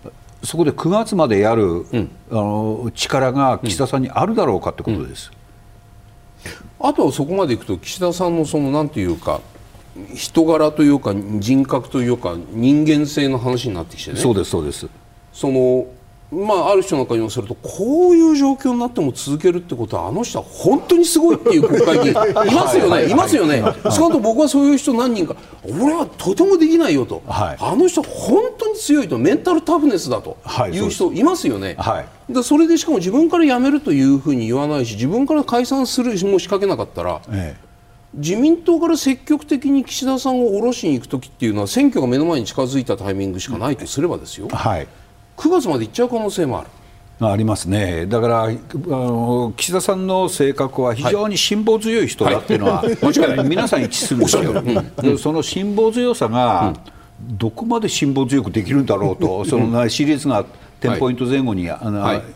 そこでくがつまでやる、うん、あの力が岸田さんにあるだろうかということです、 うん、あとはそこまでいくと岸田さんのそのなんていうか人柄というか人格というか人間性の話になってきてね。 そうですそうです。 そのまあ、ある人なんかに言わせるとこういう状況になっても続けるってことはあの人は本当にすごいっていう国会議員いますよねいますよね。しかも僕はそういう人何人か俺はとてもできないよと、はい、あの人は本当に強いとメンタルタフネスだという人いますよね、はい、でそれでしかも自分から辞めるというふうに言わないし自分から解散するも仕掛けなかったら、ええ、自民党から積極的に岸田さんを下ろしに行くときっていうのは選挙が目の前に近づいたタイミングしかないとすればですよ、はい、くがつまで行っちゃう可能性もある。 ありますね。だからあの岸田さんの性格は非常に辛抱強い人だっていうのは、はい、皆さん一致するんですよ、うん、その辛抱強さがどこまで辛抱強くできるんだろうと、そのシリーズがじゅってんポイントぜん後に、はい、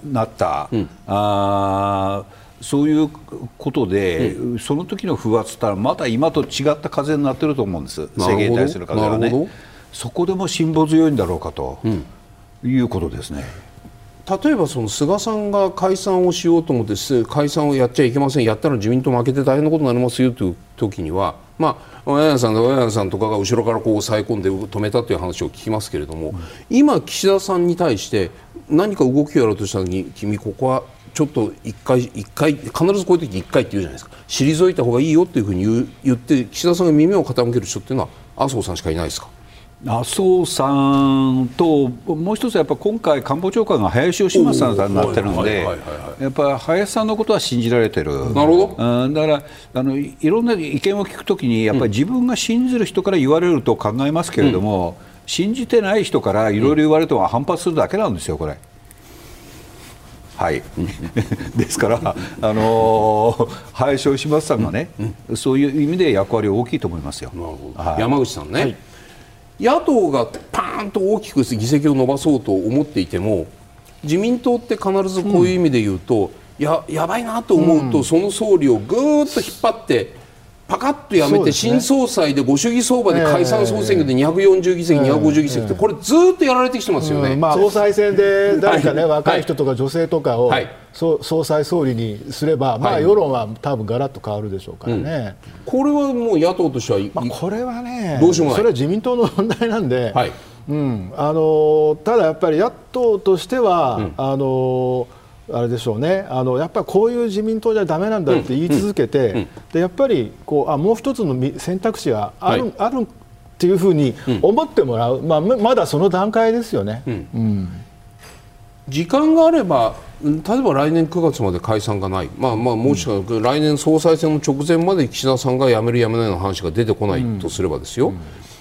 なった、うん、あそういうことで、うん、その時の風圧ってまた今と違った風になってると思うんです。政権に対する風はね。そこでも辛抱強いんだろうかと、うん、いうことですね。 例えばその菅さんが解散をしようと思って解散をやっちゃいけません、やったら自民党負けて大変なことになりますよという時には、まあ、小柳さん小柳さんとかが後ろからこう抑え込んで止めたという話を聞きますけれども、うん、今岸田さんに対して何か動きをやろうとした時に君ここはちょっと一回一回必ずこういう時一回って言うじゃないですか。退いた方がいいよっていうふうに 言, う言って岸田さんが耳を傾ける人っていうのは麻生さんしかいないですか。 麻生さんともう一つやっぱ今回官房長官が林芳正さんになってるので、やっぱり林さんのことは信じられてる。 なるほど。 うん、だからあのいろんな意見を聞くときにやっぱり自分が信じる人から言われると考えますけれども、うん、信じてない人からいろいろ言われても反発するだけなんですよこれ。はい、ですから、あのー、林芳正さんがね、うん、そういう意味で役割大きいと思いますよ。 なるほど、はい、山口さんね、はい、野党がパーンと大きく議席を伸ばそうと思っていても自民党って必ずこういう意味で言うと、うん、や, やばいなと思うと、うん、その総理をぐーっと引っ張ってパカッとやめて、ね、新総裁でご祝儀相場で解散総選挙でにひゃくよんじゅう議席、えー、にひゃくごじゅう議席ってこれずっとやられてきてますよね、 うんまあ、総裁選で誰か、ねはい、若い人とか女性とかを、はい、総裁総理にすれば、まあ、世論は多分ガラッと変わるでしょうからね、 うん、これはもう野党としては、 まあ、これはねどうしようもない、 それは自民党の問題なんで、はいうん、あのただやっぱり野党としては、うん、あのあれでしょうね、あのやっぱりこういう自民党じゃダメなんだって言い続けて、うんうん、でやっぱりこうあもう一つの選択肢がある、はい、あるっていうふうに思ってもらう、うんまあ、まだその段階ですよね、うんうん、 時間があれば例えば来年くがつまで解散がない、まあ、まあもしくは来年総裁選の直前まで岸田さんが辞める辞めないの話が出てこないとすればですよ、うんうん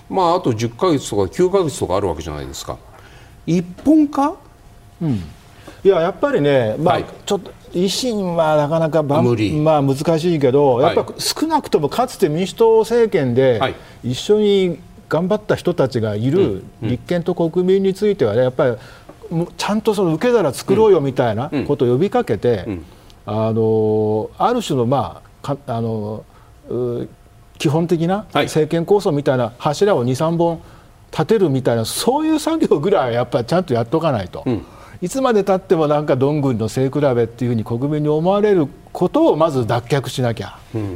まあ、あとじゅっかげつとかきゅうかげつとかあるわけじゃないですか。一本化、 うん、いややっぱりね、まあはい、ちょっと維新はなかなか無理、まあ、難しいけど、やっぱ少なくともかつて民主党政権で一緒に頑張った人たちがいる立憲と国民についてはね、やっぱりちゃんとその受け皿作ろうよみたいなことを呼びかけて、あのある種の、まあ、あの基本的な政権構想みたいな柱をにさんぼん立てるみたいな、そういう作業ぐらいはやっぱりちゃんとやっとかないと。うんいつまでたってもなんかどんぐりの背比べっていうふうに国民に思われることをまず脱却しなきゃ、うん、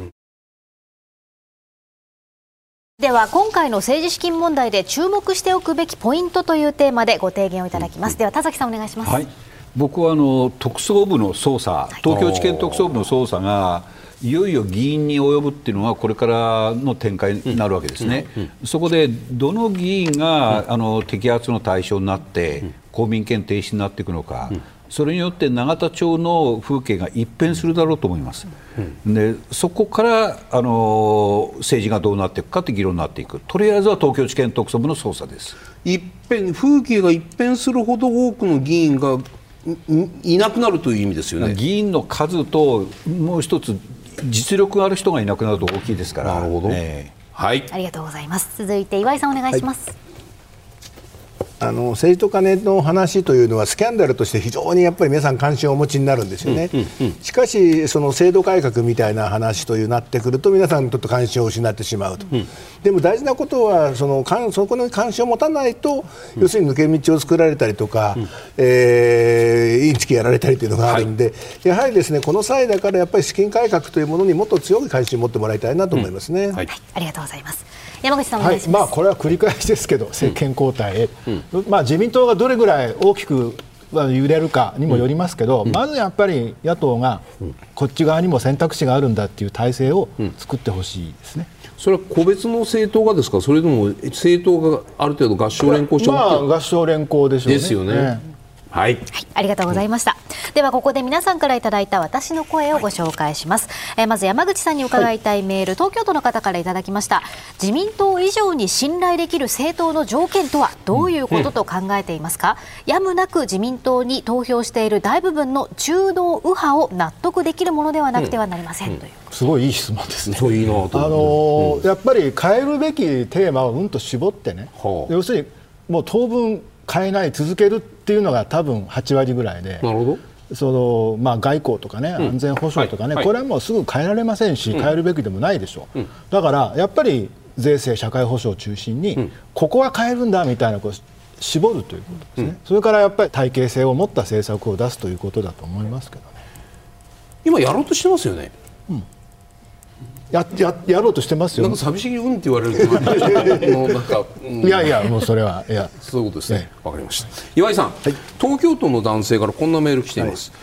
では今回の政治資金問題で注目しておくべきポイントというテーマでご提言をいただきます、うん、では田崎さんお願いします。 はい、僕はあの特捜部の捜査、東京地検特捜部の捜査がいよいよ議員に及ぶっていうのはこれからの展開になるわけですね、うんうんうん、そこでどの議員が、うん、あの摘発の対象になって、うん公民権停止になっていくのか、うん、それによって永田町の風景が一変するだろうと思います、うん、でそこからあの政治がどうなっていくかという議論になっていく。とりあえずは東京地検特捜部の捜査です。 一変風景が一変するほど多くの議員が い, いなくなるという意味ですよね。 議員の数ともう一つ実力がある人がいなくなると大きいですから。 なるほど、えーはい、 ありがとうございます。続いて岩井さんお願いします、はいあの政治と金の話というのはスキャンダルとして非常にやっぱり皆さん関心をお持ちになるんですよね、うんうんうん、しかしその制度改革みたいな話というなってくると皆さんちょっと関心を失ってしまうと、うん、でも大事なことはそのそこに関心を持たないと、うん、要するに抜け道を作られたりとか、うんえー、インチキやられたりというのがあるんで、はい、やはりですねこの際だからやっぱり資金改革というものにもっと強い関心を持ってもらいたいなと思いますね、 うんはい、ありがとうございます。山口さんお願いします、 はいまあ、これは繰り返しですけど政権交代へ、うんまあ、自民党がどれぐらい大きく揺れるかにもよりますけど、うん、まずやっぱり野党がこっち側にも選択肢があるんだっていう体制を作ってほしいですね、 うん、それは個別の政党がですか、それとも政党がある程度合唱連行して、 まあ、合唱連行でしょうね。 ですよね、ねはい、はい、 ありがとうございました、うん、ではここで皆さんからいただいた私の声をご紹介します、えー、まず山口さんに伺いたいメール、はい、東京都の方からいただきました。自民党以上に信頼できる政党の条件とはどういうことと考えていますか、うん、やむなく自民党に投票している大部分の中道右派を納得できるものではなくてはなりません、うん、というすごいいい質問ですね。 そういいなと、 あのーうん、やっぱり変えるべきテーマをうんと絞ってね、はあ、要するにもう当分変えない続けるっていうのが多分はちわりぐらいで、 なるほどその、まあ、外交とかね、うん、安全保障とかね、はい、これはもうすぐ変えられませんし、うん、変えるべきでもないでしょう、うん、だからやっぱり税制社会保障を中心に、うん、ここは変えるんだみたいなこう絞るということですね、うん、それからやっぱり体系性を持った政策を出すということだと思いますけどね。 今やろうとしてますよね、 うんや, や, やろうとしてますよ。 なんか寂しげにうんって言われるとなんか、 うん、いやいやもうそれはいやそういうことですね。わかりました。岩井さん、はい、東京都の男性からこんなメール来ています、はい、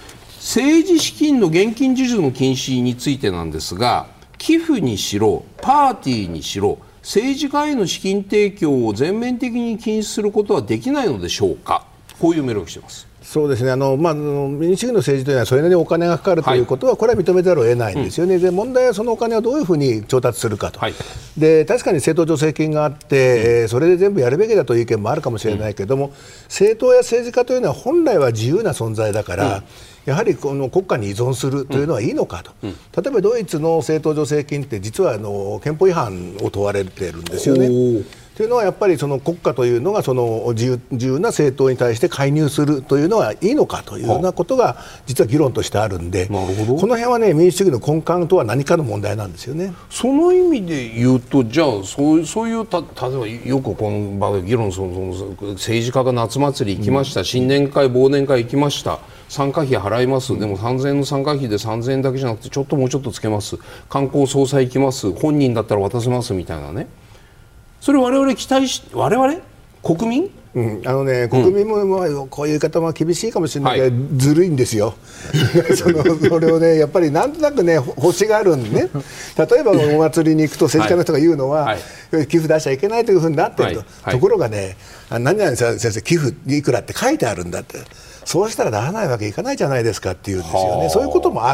政治資金の現金授受の禁止についてなんですが、寄付にしろパーティーにしろ政治家への資金提供を全面的に禁止することはできないのでしょうか。こういうメールが来ています。 そうですね、あのまあ、民主主義の政治というのはそれなりにお金がかかるということは、はい、これは認めざるを得ないんですよね、うん、で問題はそのお金をどういうふうに調達するかと、はい、で確かに政党助成金があって、うんえー、それで全部やるべきだという意見もあるかもしれないけれども、うん、政党や政治家というのは本来は自由な存在だから、うんやはりこの国家に依存するというのはいいのかと、うんうん、例えばドイツの政党助成金って実はあの憲法違反を問われているんですよね。というのはやっぱりその国家というのがその自由、自由な政党に対して介入するというのはいいのかというようなことが実は議論としてあるんで、なるほど。この辺はね民主主義の根幹とは何かの問題なんですよね。 その意味で言うとじゃあそう、そういうた例えばよくこの場で議論そのその政治家が夏祭り行きました、うん、新年会忘年会行きました、参加費払います、うん、でもさんぜんえんの参加費でさんぜんえんだけじゃなくてちょっともうちょっとつけます、観光総裁行きます、本人だったら渡せますみたいなね、それを我々期待し我々国民、 うん、あのね、国民も、うん、こういう言い方は厳しいかもしれないけど、はい、ずるいんですよそのそれをねやっぱりなんとなくね欲しがるんでね、例えばお祭りに行くと政治家の人が言うのは、はいはい、寄付出しちゃいけないというふうになってると、はいはい、ところがね何々先生寄付いくらって書いてあるんだって、そうしたら出さないわけいかないじゃないですかっていうんですよね。そういうこともある。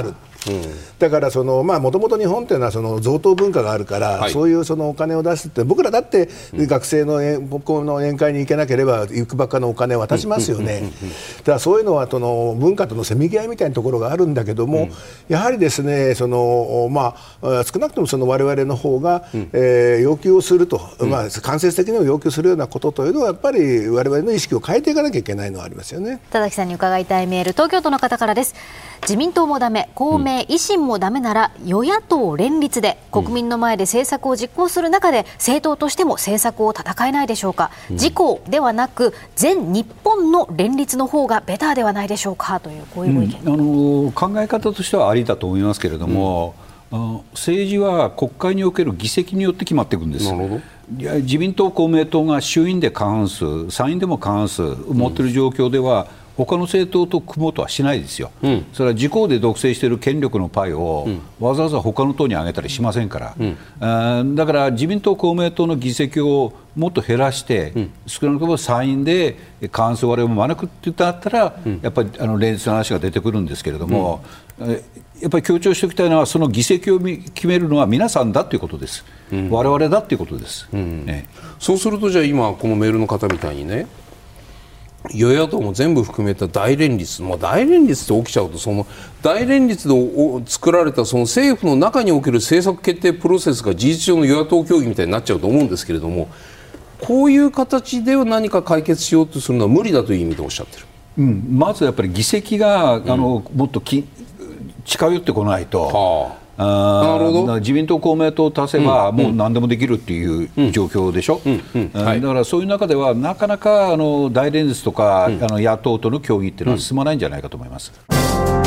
うん、だからもともと日本というのはその贈答文化があるから、はい、そういうそのお金を出すって僕らだって学生の高校の宴会に行けなければ行くばっかのお金を渡しますよね。だからそういうのはその文化とのせめぎ合いみたいなところがあるんだけども、うん、やはりですねその、まあ、少なくともその我々の方が、うんえー、要求をすると、うんまあ、間接的にも要求するようなことというのはやっぱり我々の意識を変えていかなきゃいけないのはありますよね。 田崎さんに伺いたいメール、東京都の方からです。自民党もダメ、公明、うん、維新もダメなら与野党連立で国民の前で政策を実行する中で政党としても政策を戦えないでしょうか、うん、自公ではなく全日本の連立の方がベターではないでしょうかというこういうご意見、 うん、あの考え方としてはありだと思いますけれども、うん、政治は国会における議席によって決まっていくんです。なるほど。いや自民党公明党が衆院で過半数参院でも過半数持っている状況では、うん他の政党と組もうとはしないですよ、うん、それは自公で独占している権力のパイを、うん、わざわざ他の党に上げたりしませんから、うん、あだから自民党公明党の議席をもっと減らして、うん、少なくとも参院で過半数割れを招くって言ったら、うん、やっぱりあの連立の話が出てくるんですけれども、うん、やっぱり強調しておきたいのはその議席を決めるのは皆さんだということです、うん、我々だということです、うんね、そうするとじゃあ今このメールの方みたいにね与野党も全部含めた大連立、まあ、大連立って起きちゃうとその大連立で作られたその政府の中における政策決定プロセスが事実上の与野党協議みたいになっちゃうと思うんですけれどもこういう形では何か解決しようとするのは無理だという意味でおっしゃってる、 うん、まずやっぱり議席が、うん、あのもっとき近寄ってこないと、はああなるほど自民党公明党を足せばもう何でもできるっていう状況でしょ、うんうんうんはい、だからそういう中ではなかなかあの大連立とか、うん、あの野党との協議っていうのは進まないんじゃないかと思います。